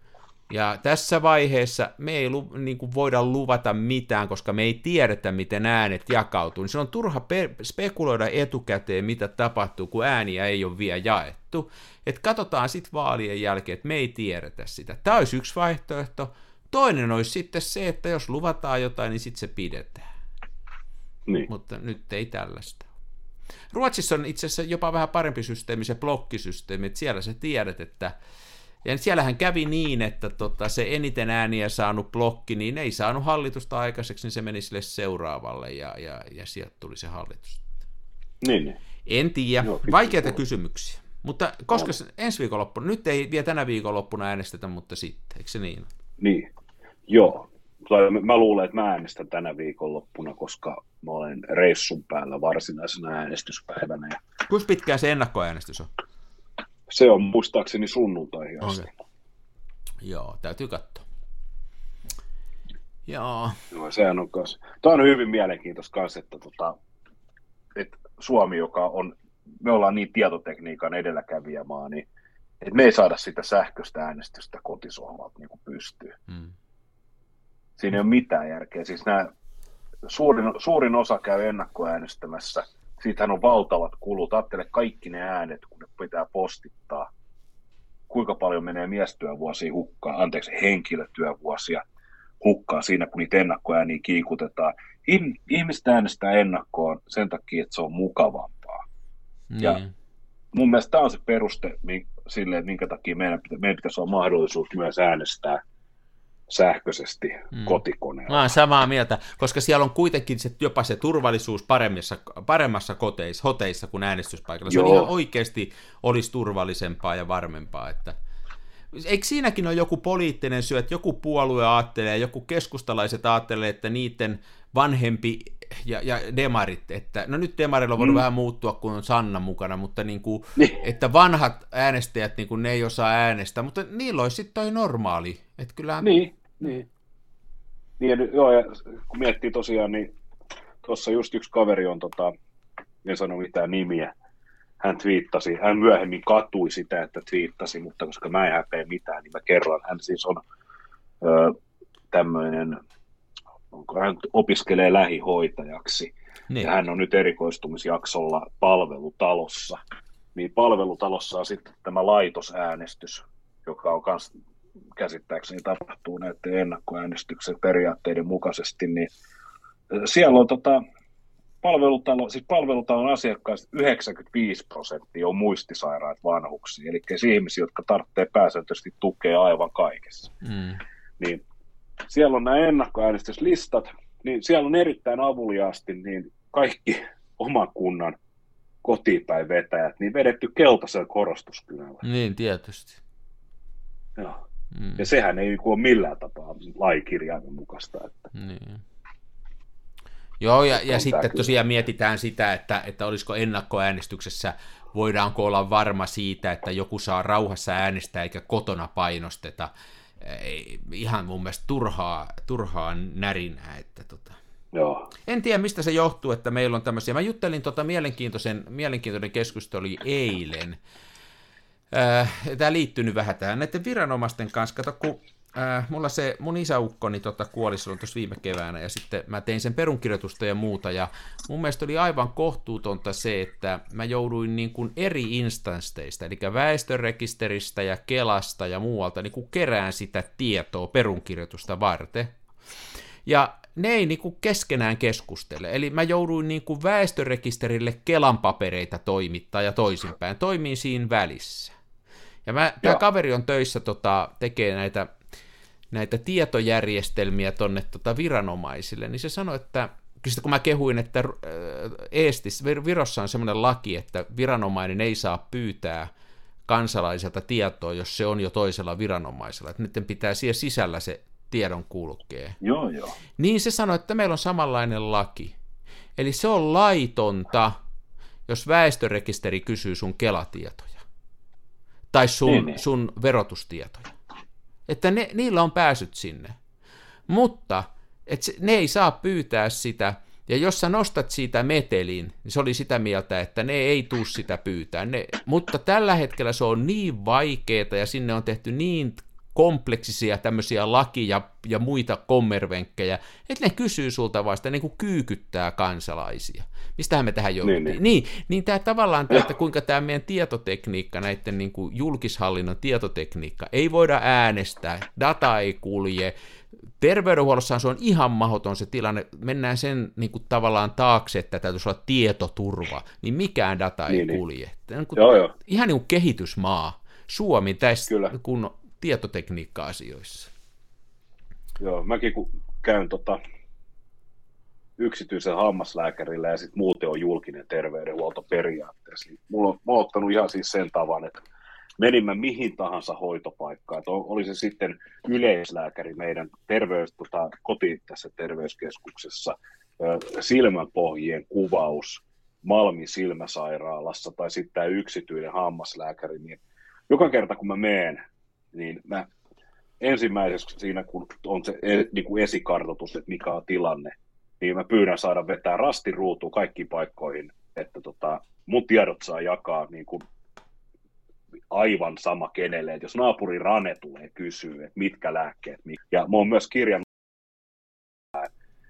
Ja tässä vaiheessa me ei niin kuin voida luvata mitään, koska me ei tiedetä, miten äänet jakautuu. Niin se on turha spekuloida etukäteen, mitä tapahtuu, kun ääniä ei ole vielä jaettu. Että katsotaan sitten vaalien jälkeen, että me ei tiedetä sitä. Tämä olisi yksi vaihtoehto. Toinen olisi sitten se, että jos luvataan jotain, niin sitten se pidetään. Niin. Mutta nyt ei tällaista. Ruotsissa on itse asiassa jopa vähän parempi systeemi, se blokkisysteemi, että siellä sä tiedät, että ja siellähän kävi niin, että se eniten ääniä saanut blokki, niin ei saanut hallitusta aikaiseksi, niin se meni sille seuraavalle, ja sieltä tuli se hallitus. Niin. En tiedä, vaikeita kysymyksiä. Mutta koska ensi viikonloppuna, nyt ei vielä tänä viikonloppuna äänestetä, mutta sitten, eikö se niin? Niin, joo. Mä luulen, että mä äänestän tänä viikonloppuna, koska mä olen reissun päällä varsinaisena äänestyspäivänä. Kuinka pitkään se ennakkoäänestys on? Se on muistaakseni sunnuntaihin asti. Okay. Joo, täytyy katsoa. Joo. No, sehän on kanssa. Tämä on hyvin mielenkiintoista kanssa, että Suomi, joka on, me ollaan niin tietotekniikan edelläkävijämaa, niin että me ei saada sitä sähköistä äänestystä kotisohvalta niin kuin pystyy. Siinä ei ole mitään järkeä. Siis suurin osa käy ennakkoäänestämässä. Siitähän on valtavat kulut. Ajattele kaikki ne äänet, kun ne pitää postittaa. Kuinka paljon menee miestyövuosia hukkaan, henkilötyövuosia hukkaan siinä, kun niitä ennakkoääniä kiikutetaan. Ihmiset äänestää ennakkoon sen takia, että se on mukavampaa. Ja mun mielestä tämä on se peruste sille, että minkä takia meidän pitäisi olla mahdollisuus myös äänestää sähköisesti kotikoneella. Mä oon samaa mieltä, koska siellä on kuitenkin jopa se turvallisuus paremmassa hoteissa kuin äänestyspaikalla. Se on ihan oikeasti olisi turvallisempaa ja varmempaa. Että eikö siinäkin ole joku poliittinen syy, että joku puolue ajattelee, joku keskustalaiset ajattelee, että niiden vanhempi ja demarit, että no nyt demarilla on voinut vähän muuttua, kun on Sanna mukana, mutta että vanhat äänestäjät, ne ei osaa äänestää, mutta niillä olisi sitten toi normaali. Että kyllä... Niin, joo, ja kun miettii tosiaan, niin tuossa just yksi kaveri on, en sano mitään nimiä, hän myöhemmin katui sitä, että twiittasi, mutta koska mä en häpeä mitään, niin mä kerron, hän siis on tämmöinen, hän opiskelee lähihoitajaksi, ja hän on nyt erikoistumisjaksolla palvelutalossa, niin palvelutalossa on sitten tämä laitosäänestys, joka on myös käsittääkseni tapahtuu näiden ennakkoäänestyksen periaatteiden mukaisesti, niin siellä on palvelutalon asiakkaista 95% on muistisairaat vanhuksia, eli ihmisiä, jotka tarvitsee pääsääntöisesti tukea aivan kaikessa. Niin siellä on nämä ennakkoäänestyslistat, niin siellä on erittäin avuliaasti niin kaikki oman kunnan kotipäin vetäjät, niin vedetty keltaisella korostuskynällä. Niin, tietysti. Joo. Ja sehän ei ole millään tapaa laikirjaimen mukaista. Että... Niin. Joo, ja sitten tosiaan mietitään sitä, että olisiko ennakkoäänestyksessä, voidaanko olla varma siitä, että joku saa rauhassa äänestää eikä kotona painosteta. Ihan mun mielestä turhaa närinää. Joo. En tiedä, mistä se johtuu, että meillä on tämmöisiä. Mä juttelin mielenkiintoinen keskustelu eilen. Tämä liittyy nyt vähän tähän näiden viranomaisten kanssa. Kato, kun mun isäukkoni kuoli silloin tuossa viime keväänä, ja sitten mä tein sen perunkirjoitusta ja muuta, ja mun mielestä oli aivan kohtuutonta se, että mä jouduin niin kuin eri instansseista, eli väestörekisteristä ja Kelasta ja muualta niin kuin kerään sitä tietoa perunkirjoitusta varten. Ja ne ei niin kuin keskenään keskustele, eli mä jouduin niin kuin väestörekisterille Kelan papereita toimittaa ja toisinpäin, toimiin siinä välissä. Ja tämä kaveri on töissä, tekee näitä tietojärjestelmiä tonne viranomaisille, niin se sanoi, että kun mä kehuin, että Virossa on semmoinen laki, että viranomainen ei saa pyytää kansalaiselta tietoa, jos se on jo toisella viranomaisella, että niiden pitää siellä sisällä se tiedon kulkee. Joo. Niin se sanoi, että meillä on samanlainen laki. Eli se on laitonta, jos väestörekisteri kysyy sun Kelatietoja tai sun verotustietoja. Että niillä on pääsyt sinne. Mutta ne ei saa pyytää sitä, ja jos sä nostat siitä metelin, niin se oli sitä mieltä, että ne ei tuu sitä pyytää. Mutta tällä hetkellä se on niin vaikeaa, ja sinne on tehty niin kompleksisia tämmöisiä ja muita kommervenkkejä, että ne kysyy sulta vasta, niin kuin kyykyttää kansalaisia. Mistähän me tähän jouduttiin? Niin tämä tavallaan, että kuinka tämä meidän tietotekniikka, näiden niin kuin julkishallinnon tietotekniikka, ei voida äänestää, data ei kulje, terveydenhuollossahan se on ihan mahdoton se tilanne, mennään sen niin kuin tavallaan taakse, että täytyisi olla tietoturva, niin mikään data ei kulje. Ihan niin kuin kehitysmaa, Suomi tässä, kun tietotekniikka-asioissa. Joo, mäkin kun käyn yksityisen hammaslääkärillä ja sitten muuten on julkinen terveydenhuolto periaatteessa, niin mulla on ottanut ihan siis sen tavan, että menin mä mihin tahansa hoitopaikkaan, että oli se sitten yleislääkäri meidän koti tässä terveyskeskuksessa, silmänpohjien kuvaus Malmin silmäsairaalassa tai sitten tämä yksityinen hammaslääkäri, niin joka kerta kun mä menen, niin mä ensimmäiseksi siinä, kun on se niin kuin esikartoitus, että mikä on tilanne, niin mä pyydän saada vetää rastiruutuun kaikkiin paikkoihin, että mun tiedot saa jakaa niin kuin aivan sama kenelle, että jos naapurin Rane tulee kysyä, että mitkä lääkkeet, ja mä oon myös kirjannut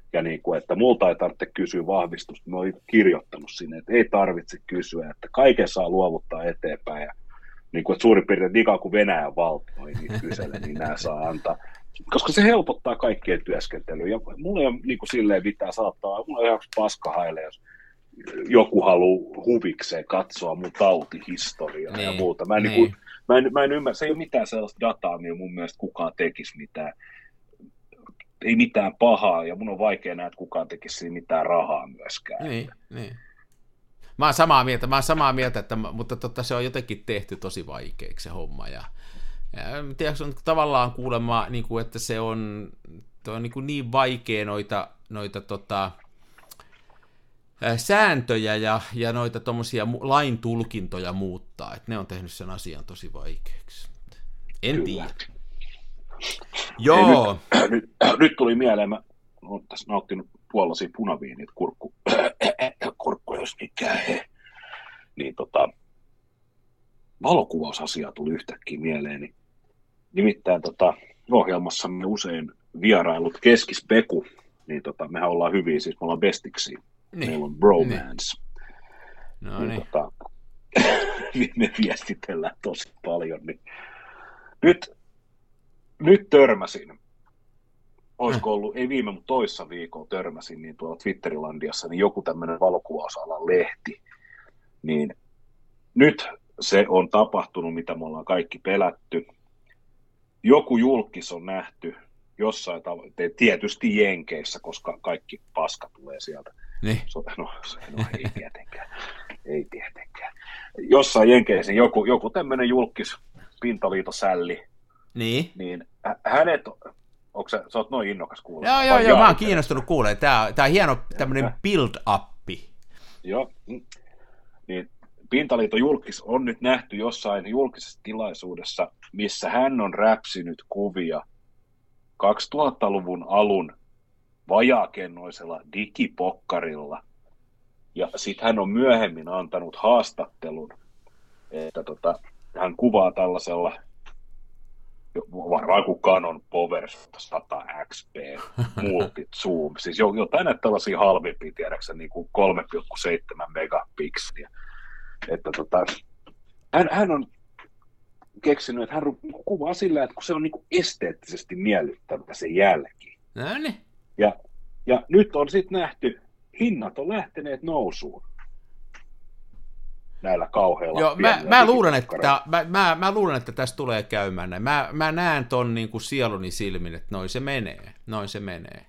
Ja niin kuin, että multa ei tarvitse kysyä vahvistusta. Mä oon kirjoittanut sinne, että ei tarvitse kysyä, että kaiken saa luovuttaa eteenpäin. Ja niin kuin, että suurin piirtein niin kuin Venäjän valtio ei niitä kysele, niin nämä saa antaa. Koska se helpottaa kaikkien työskentelyä. Ja mulla ei ole niin kuin silleen mitään saattaa. Mulla on ihan paska haile, jos joku haluaa huvikseen katsoa mun tautihistoriaa ja muuta. Mä en ymmärrä, se ei ole mitään sellaista dataa, millä mun mielestä kukaan tekisi mitään. Ei mitään pahaa, ja mun on vaikea nähdä, että kukaan tekisi siinä mitään rahaa myöskään. Niin. Mä oon samaa mieltä, mutta se on jotenkin tehty tosi vaikeaksi se homma. Ja tiedätkö, se on tavallaan kuulemma, niin kuin, että se on niin vaikea noita sääntöjä ja noita tommosia lain tulkintoja muuttaa, että ne on tehnyt sen asian tosi vaikeaksi. En tiedä. Joo. Nyt tuli mieleen, mä oon tässä nauttinut tuollaisia punaviinit, kurkku jos mikään niin valokuvausasia tuli yhtäkkiä mieleeni. Nimittäin ohjelmassamme usein vierailut Keskispeku, niin mehän ollaan hyviä, siis me ollaan bestiksi. Niin. Meillä on bromance. Niin. Me viestitellään tosi paljon. Niin. Nyt törmäsin, olisiko ollut, ei viime, mutta toissa viikolla törmäsin, niin tuolla Twitterilandiassa, niin joku tämmöinen valokuvausalan lehti, niin nyt se on tapahtunut, mitä me ollaan kaikki pelätty. Joku julkis on nähty jossain tietysti Jenkeissä, koska kaikki paska tulee sieltä. Niin. Ei tietenkään. Jossain Jenkeissä joku tämmöinen julkis, pintaliitosälli, niin hänet, sä oot noin innokas kuulemaan? Joo, mä oon kiinnostunut kuulemaan. Tää on hieno tämmönen build-uppi. Joo, niin Pintaliiton julkis on nyt nähty jossain julkisessa tilaisuudessa, missä hän on räpsinyt kuvia 2000-luvun alun vajaakennoisella digipokkarilla. Ja sitten hän on myöhemmin antanut haastattelun, että hän kuvaa tällaisella varmaan kuin Canon Power 100 XP multi-zoom, siis jotain tällaisia halvimpia, tiedäksä, niin kuin 3,7 megapikseliä. Että hän on keksinyt, että hän kuvaa sillä, että kun se on niin kuin esteettisesti miellyttävä se jälki. No niin. Ja nyt on sitten nähty, hinnat on lähteneet nousuun näillä kauheilla. Joo, mä luulen, että tästä tulee käymään näin. Mä näen ton niin kuin sieluni silmin, että noin se menee.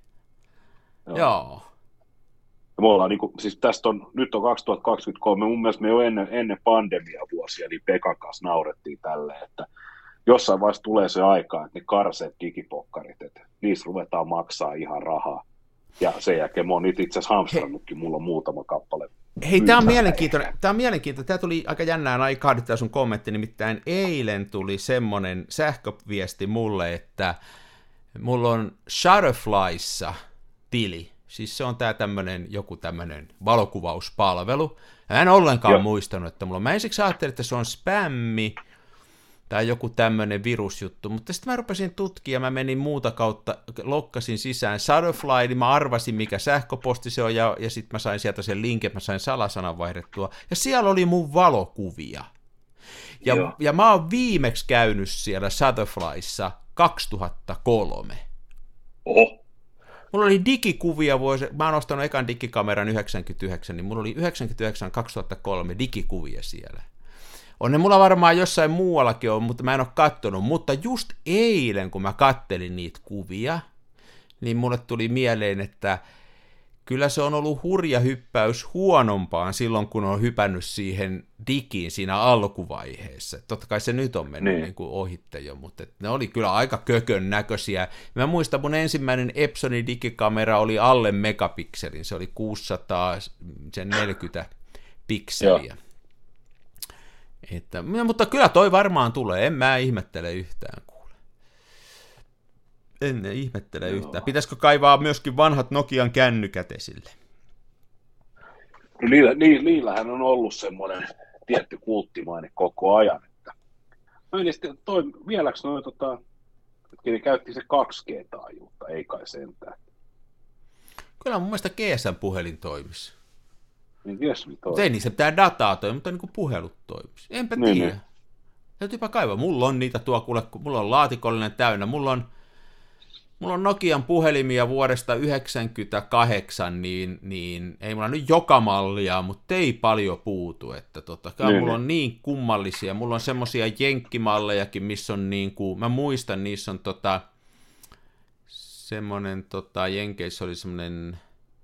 Joo. Me ollaan siis tästä nyt on 2023, mun mielestä me jo ennen pandemiavuosia, niin Pekan kanssa naurettiin tälle, että jossain vaiheessa tulee se aika, että ne karseet digipokkarit, että niissä ruvetaan maksaa ihan rahaa. Ja sen jälkeen mä oon itse asiassa hamstrannutkin, mulla on muutama kappale. Hei, tää on mielenkiintoinen. Tää tuli aika jännään aikaa, nyt sun kommentti, nimittäin eilen tuli semmonen sähköviesti mulle, että mulla on Shutterflyssa tili. Siis se on joku tämmönen valokuvauspalvelu. Mä en ollenkaan muistanut, että mulla on. Mä ensiksi ajattelin, että se on spämmi tai joku tämmönen virusjuttu, mutta sitten mä rupesin tutkimaan, mä menin muuta kautta, lokkasin sisään Shutterfly, niin mä arvasin, mikä sähköposti se on, ja sitten mä sain sieltä sen linkin, mä sain salasanan vaihdettua, ja siellä oli mun valokuvia. Ja mä oon viimeksi käynyt siellä Shutterflyssa 2003. Oho. Mulla oli digikuvia mä oon ostanut ekan digikameran 99, niin mulla oli 99-2003 digikuvia siellä. On ne mulla varmaan jossain muuallakin on, mutta mä en ole kattonut. Mutta just eilen, kun mä kattelin niitä kuvia, niin mulle tuli mieleen, että kyllä se on ollut hurja hyppäys huonompaan silloin, kun on hypännyt siihen digiin siinä alkuvaiheessa. Totta kai se nyt on mennyt niin kuin ohitte jo, mutta ne oli kyllä aika kökön näköisiä. Mä muistan, mun ensimmäinen Epsonin digikamera oli alle megapikselin, se oli 640 pikseliä. Mutta kyllä toi varmaan tulee, en mä ihmettele yhtään, kuule. En ihmettele yhtään. Pitäisikö kaivaa myöskin vanhat Nokian kännykät esille? No niillähän on ollut semmoinen tietty kulttimainen koko ajan. Että vieläkö ne käytti se 2G-taajuutta, ei kai sentään. Kyllä mun mielestä GSM-puhelin toimisi. Niin GSM Mutta toimii. ei niissä pitää dataa toimia, mutta niin kuin puhelut toimisi. Enpä tiedä. Niin. Täytyypä kaivaa. Mulla on niitä tuo, kuule, kun mulla on laatikollinen täynnä. Mulla on Nokian puhelimia vuodesta 1998, niin ei mulla nyt joka mallia, mutta ei paljon puutu. Että mulla on niin kummallisia. Mulla on semmosia jenkkimallejakin, missä on niin kuin, mä muistan, niissä on semmoinen, Jenkeissä oli semmoinen,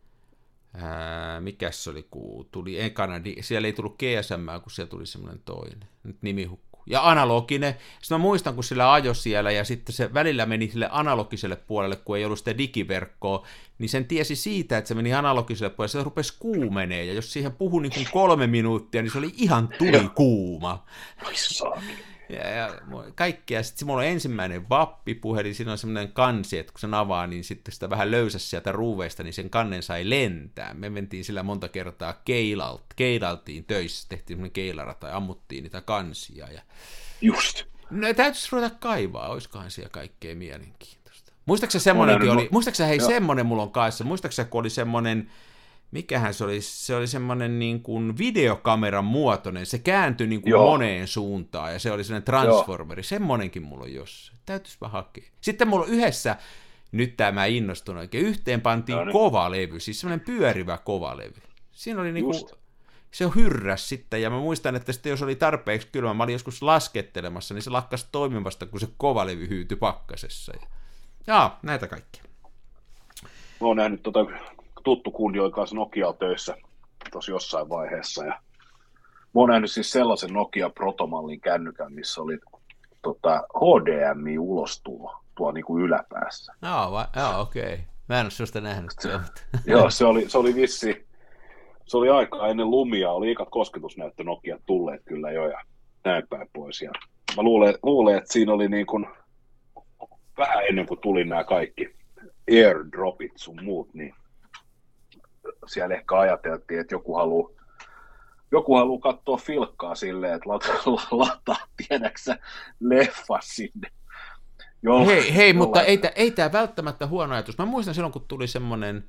mikäs se oli, kun tuli ekana, siellä ei tullut GSM, kun siellä tuli semmoinen toinen, nyt nimi hukkuu. Ja analoginen, sitten mä muistan, kun sillä ajoi siellä, ja sitten se välillä meni sille analogiselle puolelle, kun ei ollut sitä digiverkkoa, niin sen tiesi siitä, että se meni analogiselle puolelle, se rupesi kuumenee, ja jos siihen puhui niin kuin 3 minuuttia, niin se oli ihan tulikuuma. Ja kaikkea. Sitten mulla on ensimmäinen vappipuhelin, siinä on semmoinen kansi, että kun se avaa, niin sitten sitä vähän löysäsi sieltä ruuveista, niin sen kannen sai lentää. Me mentiin sillä monta kertaa keilaltiin töissä, tehtiin semmoinen keilara tai ammuttiin niitä kansia. Ja... Just. No täytyisi ruveta kaivaa, olisikohan siellä kaikkea mielenkiintoista. Muistaakseni semmoinenkin oli, semmoinen mulla on kanssa, muistaakseni kun oli semmoinen, mikähän se oli? Se oli semmoinen niin kuin videokameran muotoinen, se kääntyi niin kuin moneen suuntaan, ja se oli semmoinen transformeri, semmoinenkin mulla on jossain, täytyisipä hakea. Sitten mulla on yhdessä, nyt mä innostun oikein, yhteen pantiin kovalevy, siis semmoinen pyörivä kovalevy. Siinä oli niinku, se on hyrräs sitten, ja mä muistan, että sitten jos oli tarpeeksi kylmä, mä olin joskus laskettelemassa, niin se lakkasi toimimasta, kun se kovalevy hyytyi pakkasessa. Ja näitä kaikkia. Mä oon nähnyt tuttu kundi oli kanssa Nokialla töissä tuossa jossain vaiheessa, ja mä oon nähnyt siis sellaisen Nokia Protomallin kännykän, missä oli HDMI-ulostulo tuo niin kuin yläpäässä. Okei. Mä en ole sellaista nähnyt. Joo, se oli vissi. Se oli aikaa ennen Lumia, oli ikat kosketusnäyttö Nokia tulleet kyllä jo ja näin päin pois. Ja mä luulen, että siinä oli niin kuin, vähän ennen kuin tuli nämä kaikki airdropit sun muut, niin siellä ehkä ajateltiin, että joku haluaa katsoa filkkaa silleen, että lataa, tiedäksä, leffa sinne. Hei, mutta ei tämä välttämättä huono ajatus. Mä muistan silloin, kun tuli semmoinen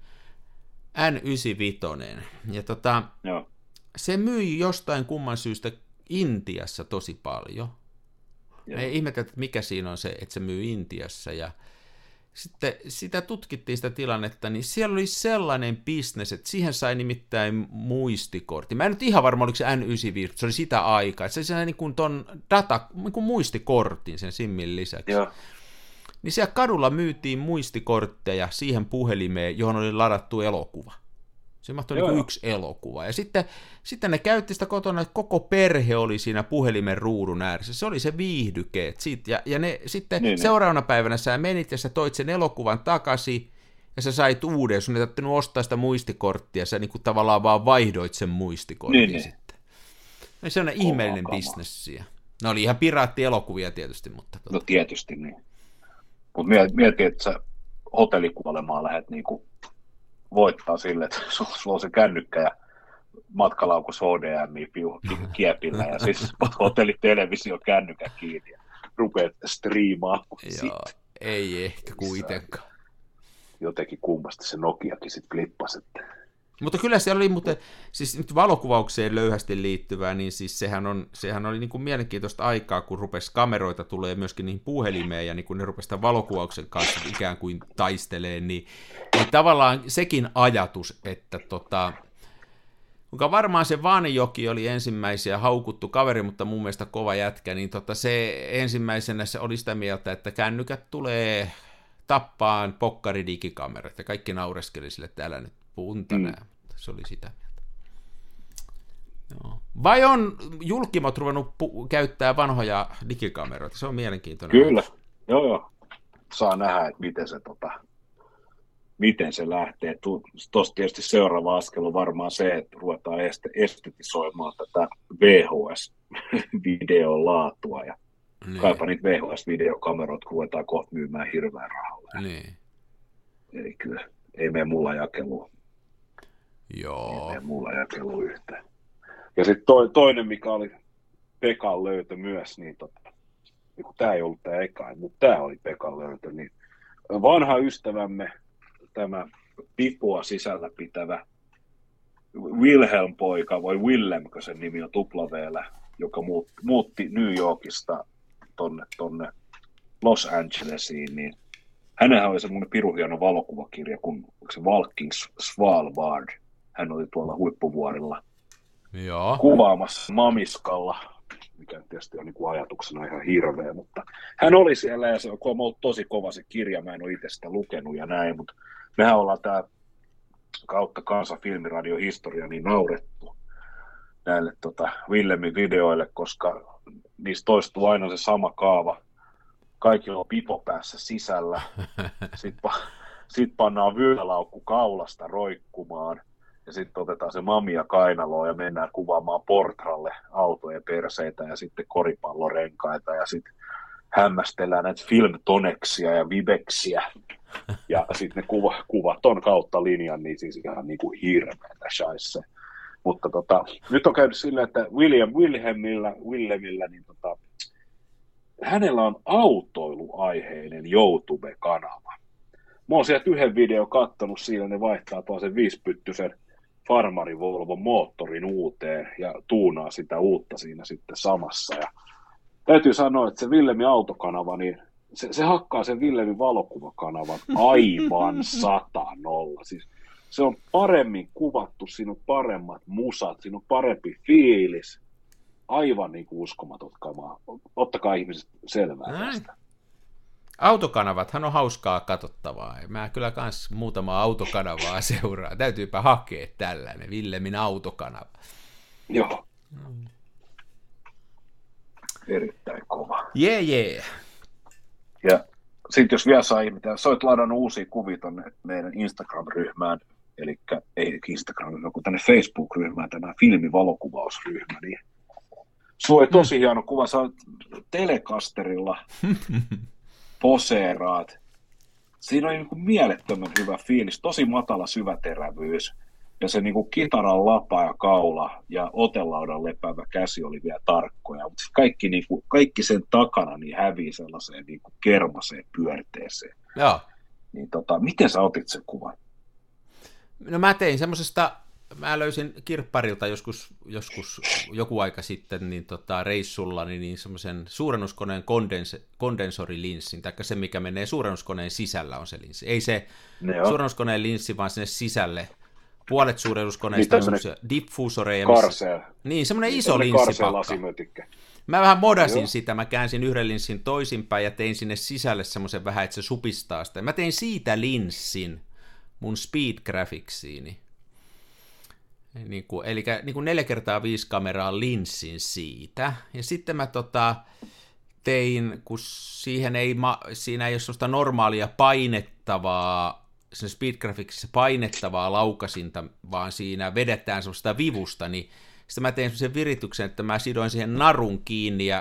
N95, ja se myi jostain kumman syystä Intiassa tosi paljon. Me ei ihmetä, että mikä siinä on se, että se myy Intiassa, ja sitten sitä tutkittiin sitä tilannetta, niin siellä oli sellainen bisnes, että siihen sai nimittäin muistikortti. Mä en nyt ihan varma, oliko se N95, se oli sitä aikaa, että se sai niin kuin ton niin kuin muistikortin sen SIMin lisäksi. Joo. Niin siellä kadulla myytiin muistikortteja siihen puhelimeen, johon oli ladattu elokuva. Se mahtoi niin kuin yksi elokuva. Ja sitten ne käytti sitä kotona, että koko perhe oli siinä puhelimen ruudun ääressä. Se oli se viihdyke. Ja ne sitten seuraavana päivänä sä menit ja sä toit sen elokuvan takaisin ja sä sait uuden. Sun ei tarvinnut ostaa sitä muistikorttia. Sä niin kuin tavallaan vaan vaihdoit sen muistikortin sitten. No, se on ihmeellinen bisnes siellä. Ne oli ihan piraattielokuvia tietysti. Mutta No tietysti niin. Mutta mieti, että sä hotellikuolemaan lähdet niinku voittaa sille, että sulla on se kännykkä ja matkalaukus HDMI kiepillä ja siis hotellitelevisio kännykkä kiinni ja rupeat striimaamaan. Joo, ei ehkä kuitenkaan. Jotenkin kummasti se Nokiakin sitten klippasi. Mutta kyllä siellä oli, siis nyt valokuvaukseen löyhästi liittyvää, niin siis sehän oli niin kuin mielenkiintoista aikaa, kun rupesi kameroita tulee myöskin niihin puhelimeen, ja niin kun ne rupesi tämän valokuvauksen kanssa ikään kuin taistelee, niin tavallaan sekin ajatus, että kuinka varmaan se Vaanijoki oli ensimmäisiä haukuttu kaveri, mutta mun mielestä kova jätkä, niin se ensimmäisenä se oli sitä mieltä, että kännykät tulee tappaan pokkaridigikamerat, ja kaikki naureskeli sille, että älä nyt punta nää, mutta se oli sitä mieltä. Joo. Vai on julkimot ruvennut käyttää vanhoja digikameroita? Se on mielenkiintoinen. Kyllä, joo. Saa nähdä, että miten se lähtee. Tuossa tietysti seuraava askel on varmaan se, että ruvetaan estetisoimaan tätä VHS-videon laatua, ja kaipa niitä VHS-videokameroita ruvetaan kohta myymään hirveän rahalla. Niin. Eli kyllä, ei mene mulla jakelua. Joo. Ei mene mulla jakelua yhtään. Ja sitten toinen, mikä oli Pekan löytö myös, niin kun tämä ei ollut tämä eka, mutta tämä oli Pekan löytö, niin vanha ystävämme, tämä pipoa sisällä pitävä Wilhelm-poika, vai Willem, kun sen nimi on tuplaveellä, joka muutti New Yorkista tonne Los Angelesiin, niin hänenhän oli semmoinen pirun hieno valokuvakirja, kun se Walking Svalbard. Hän oli tuolla huippuvuorilla kuvaamassa Mamiskalla, mikä tietysti on niin kuin ajatuksena ihan hirveä, mutta hän oli siellä ja se on ollut tosi kova se kirja, mä en ole itse sitä lukenut ja näin, mutta mehän ollaan tää kautta Kansan filmiradiohistoria niin naurettu näille Willemin videoille, koska niissä toistuu aina se sama kaava. Kaikilla on pipo päässä sisällä, sitten pannaan vyölaukku kaulasta roikkumaan ja sitten otetaan se mamia kainaloon ja mennään kuvaamaan Portralle autojen perseitä ja sitten koripallorenkaita ja sitten hämmästellään näitä filmtoneksia ja vibeksiä ja sitten ne kuvat on kautta linjan, niin siis ihan niin kuin hirveätä shaisse. Mutta nyt on käynyt silleen, että Willemillä niin hänellä on autoiluaiheinen YouTube-kanava. Mä oon sieltä yhden videon kattonut, siinä ne vaihtaa tuon sen 5-pyttysen Farmari Volvon moottorin uuteen ja tuunaa sitä uutta siinä sitten samassa. Ja täytyy sanoa, että se Willemin autokanava, niin se hakkaa sen Willemin valokuvakanavan aivan 100-0. Siis se on paremmin kuvattu, siinä on paremmat musat, siinä on parempi fiilis. Aivan niin kuin uskomaton kamaa. Ottakaa ihmiset selvää tästä. Autokanavathan on hauskaa katsottavaa. Mä kyllä kans muutama autokanavaa seuraa. Täytyypä hakea tällainen Willemin autokanava. Joo. Erittäin kova. Jee. Ja sitten jos vielä saa ihmetellä, sä oot ladannut uusia kuvia tonne meidän Instagram-ryhmään, eli ei Instagram-ryhmään, kun tänne Facebook-ryhmään, tämä filmivalokuvausryhmä, niin sulla oli tosi hieno kuva, sä oot telekasterilla poseeraat. Siinä on niin kuin mielettömän hyvä fiilis, tosi matala syväterävyys. Ja se niin kuin kitaran lapa ja kaula ja otelaudan lepäävä käsi oli vielä tarkkoja. Mutta kaikki sen takana niin hävii sellaiseen niin kuin kermaseen pyörteeseen. Joo. Niin miten sä otit sen kuvan? No mä tein semmosesta, mä löysin kirpparilta joskus joku aika sitten niin reissulla niin semmoisen suurennuskoneen kondensorilinsin, taikka se mikä menee suurennuskoneen sisällä on se linssi. Ei se suurennuskoneen linssi, vaan sinne sisälle. Puolet suurennuskoneista on semmoisia diffuusoreja. Niin, semmoinen iso linssipakka. Mä vähän modasin sitä, mä käänsin yhden linssin toisinpäin ja tein sinne sisälle semmoisen vähän, että se supistaa sitä. Mä tein siitä linssin mun Speed Graphiksiini. Eli 4x5 kameraa linssin siitä. Ja sitten mä tein, kun siinä ei ole semmoista normaalia painettavaa, sen Speed Graphicsissa painettavaa laukasinta, vaan siinä vedetään semmoista vivusta, niin sitten mä tein semmoisen virityksen, että mä sidoin siihen narun kiinni ja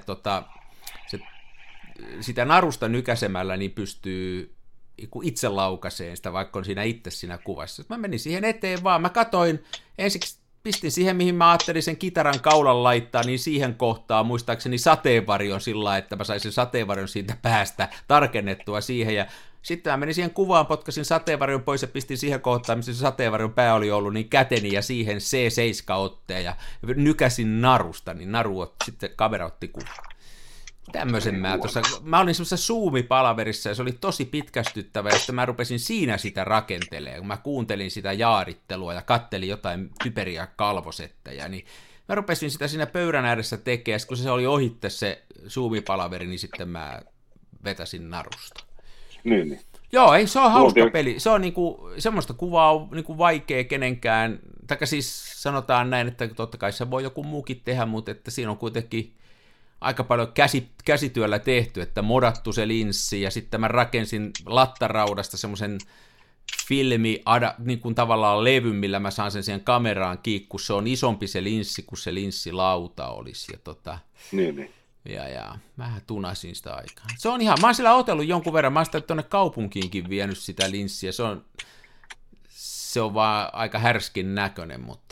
sitä narusta nykäsemällä niin pystyy itse laukaseen sitä, vaikka on siinä itse siinä kuvassa. Mä menin siihen eteen vaan, mä katoin, ensiksi pistin siihen, mihin mä ajattelin sen kitaran kaulan laittaa, niin siihen kohtaan muistaakseni sateenvarjon sillä, että mä saisin sateenvarjon siitä päästä tarkennettua siihen, ja sitten mä menin siihen kuvaan, potkasin sateenvarjon pois ja pistin siihen kohtaan, missä se sateenvarjon pää oli ollut, niin käteni ja siihen C7-otteen ja nykäsin narusta, niin sitten kamera otti kuvan. Tämmöisen mä olin semmoisessa Zoom-palaverissa ja se oli tosi pitkästyttävä ja sitten mä rupesin siinä sitä rakentelemaan, kun mä kuuntelin sitä jaarittelua ja kattelin jotain typeriä kalvosetteja, niin mä rupesin sitä siinä pöydän ääressä tekemään, kun se oli ohitte se Zoom-palaveri, niin sitten mä vetäsin narusta. Niin. Joo, ei, se on hauska peli. Se on semmoista kuvaa on vaikea kenenkään, taikka siis sanotaan näin, että totta kai se voi joku muukin tehdä, mutta että siinä on kuitenkin aika paljon käsityöllä tehty, että modattu se linssi ja sitten mä rakensin lattaraudasta semmoisen niin kuin tavallaan levyn, millä mä saan sen siihen kameraan kiinni, kun se on isompi se linssi kuin se linssilauta olisi. Ja niin. Ja mä tunasin sitä aikaa. Se on ihan, mä oon sillä otellut jonkun verran, mä oon sitä tuonne kaupunkiinkin vienyt sitä linssiä, se on vaan aika härskin näköinen, mutta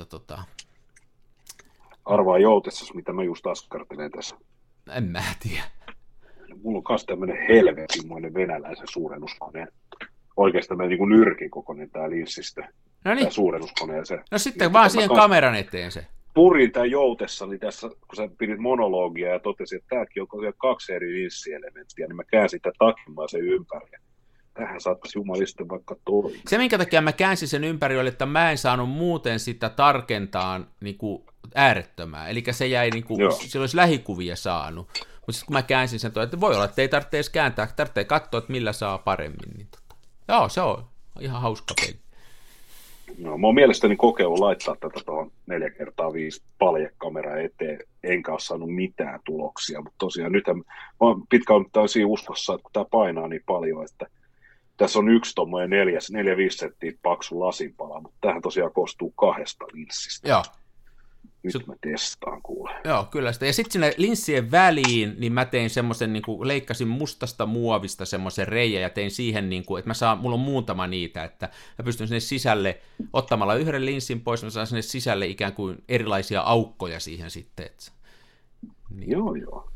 Arvaa joutessas, mitä mä just askartelen tässä. En mä tiedä. Mulla on myös tämmönen helvetinmoinen venäläisen suurennuskoneen oikeastaan niin kuin nyrkin kokoinen tämä linssistö. No niin. Tämä suurennuskoneeseen. No sitten vaan siihen kameran eteen se. Purin tämän joutessani tässä, kun sä pidit monologia ja totesin, että tämäkin on tosiaan 2 eri linssielementtiä, niin mä käänsin tämän takimaan sen ympäri. Tähän saattaisi jumaliste vaikka toimia. Se, minkä takia mä käänsin sen ympäri, oli, että mä en saanut muuten sitä tarkentaa niin kuin äärettömään. Eli se jäi, niin kuin, sillä olisi lähikuvia saanut. Mutta sitten kun mä käänsin sen, että voi olla, että ei tarvitse edes kääntää, tarvitsee katsoa, että millä saa paremmin. Niin joo, se on ihan hauska peli. No, mä oon mielestäni kokeillut laittaa tätä tuohon 4x5 paljekameraa eteen, enkä ole saanut mitään tuloksia, mutta tosiaan nythän mä oon pitkään siinä uskossa, että kun tää painaa niin paljon, että tässä on yksi tommoinen 4-5 senttiä paksu lasinpala, mutta tämähän tosiaan koostuu 2 linssistä. Joo. Nyt mä testaan, kuule. Joo, kyllä sitä. Ja sitten sinne linssien väliin, niin mä tein semmoisen, niin kuin leikkasin mustasta muovista semmoisen reijän ja tein siihen, niin kuin, että mulla on muutama niitä, että mä pystyn sinne sisälle, ottamalla yhden linssin pois, mä saan sinne sisälle ikään kuin erilaisia aukkoja siihen sitten. Että, niin. Joo.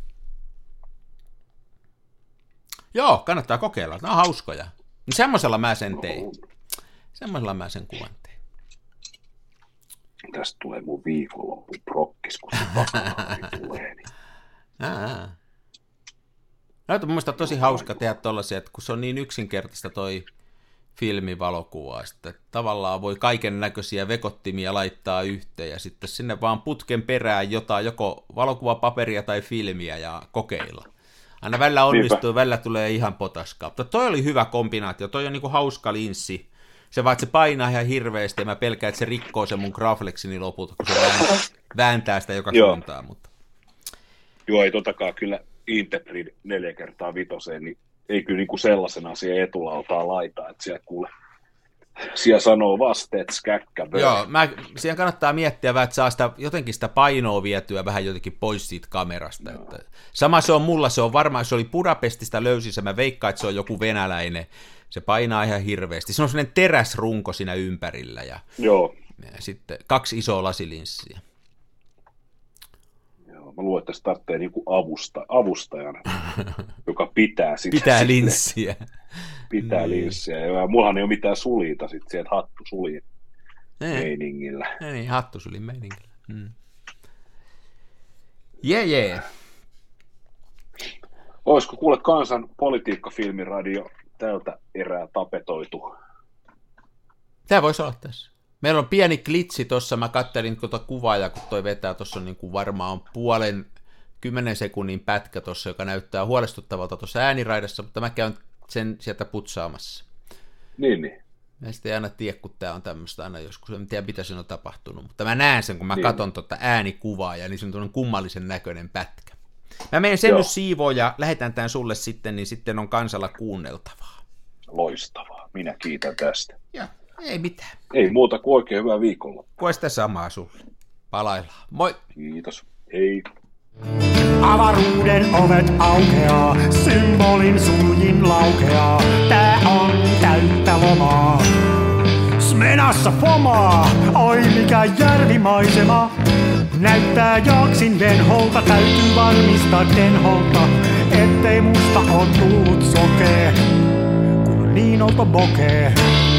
Joo, kannattaa kokeilla, nämä on hauskoja. Niin semmoisella mä sen tein. Semmoisella mä sen kuvan tein. Tästä tulee mun viikonlopun prokkis, kun se vakanaari tulee. Niin. No, mun mielestä on tosi hauska tehdä tollaisia, että kun se on niin yksinkertaista toi filmivalokuva, että tavallaan voi kaiken näköisiä vekottimia laittaa yhteen ja sitten sinne vaan putken perään jotain, joko valokuvapaperia tai filmiä ja kokeilla. Aina välillä onnistuu, välillä tulee ihan potaskaa. Mutta toi oli hyvä kombinaatio, toi on niinku hauska linssi. Se vaan, että se painaa ihan hirveästi ja mä pelkään, että se rikkoo sen mun Graflexini lopulta, kun se vääntää sitä joka suuntaan. Mutta. Joo, ei totakaan kyllä Interprid 4x5, niin ei kyllä niinku sellaisena siihen etulautaan laita, että siellä sanoo vasteet skäkkäbö. Joo, siihen kannattaa miettiä vähän, että saa jotenkin sitä painoa vietyä vähän jotenkin pois siitä kamerasta. Että sama se on mulla, se on varmaan, se oli Budapestista löysissä, mä veikkaan, että se on joku venäläinen. Se painaa ihan hirveästi. Se on sellainen teräsrunko siinä ympärillä ja sitten 2 isoa lasilinssiä. Joo, mä luulen, että se tarvitsee niinku avustajana, joka pitää sitä. Pitää linssiä. Pitää linssiä. Ja mullahan ei ole mitään suliita sitten sieltä hattusulin meiningillä. Niin, hattusulin meiningillä. Jee. Olisiko kuule Kansan politiikkafilmiradio tältä erää tapetoitu? Tämä voisi olla tässä. Meillä on pieni klitsi tuossa, mä kattelin tuota kuvaa ja kun toi vetää, tuossa on niin kuin varmaan 10 sekunnin pätkä tuossa, joka näyttää huolestuttavalta tuossa ääniraidassa, mutta mä käyn sen sieltä putsaamassa. Niin. Mä sitten ei aina tiedä, kun tää on tämmöistä aina joskus, en tiedä mitä siinä on tapahtunut, mutta mä näen sen, kun mä katson tuota äänikuvaa ja niin se on tuollainen kummallisen näköinen pätkä. Mä menen sen nyt siivoon ja lähetän tämän sulle sitten, niin sitten on Kansalla kuunneltavaa. Loistavaa, minä kiitän tästä. Joo, ei mitään. Ei muuta kuin oikein hyvää viikonloppua. Koe sitä samaa sulle. Palaillaan. Moi. Kiitos. Hei. Avaruuden ovet aukeaa, symbolin suljin laukeaa. Tää on täyttä lomaa. Smenassa fomaa, oi mikä järvimaisema. Näyttää jaksin venholta, täytyy varmistaa denholta, ettei musta on tullut sokee, kun niin olto bokee.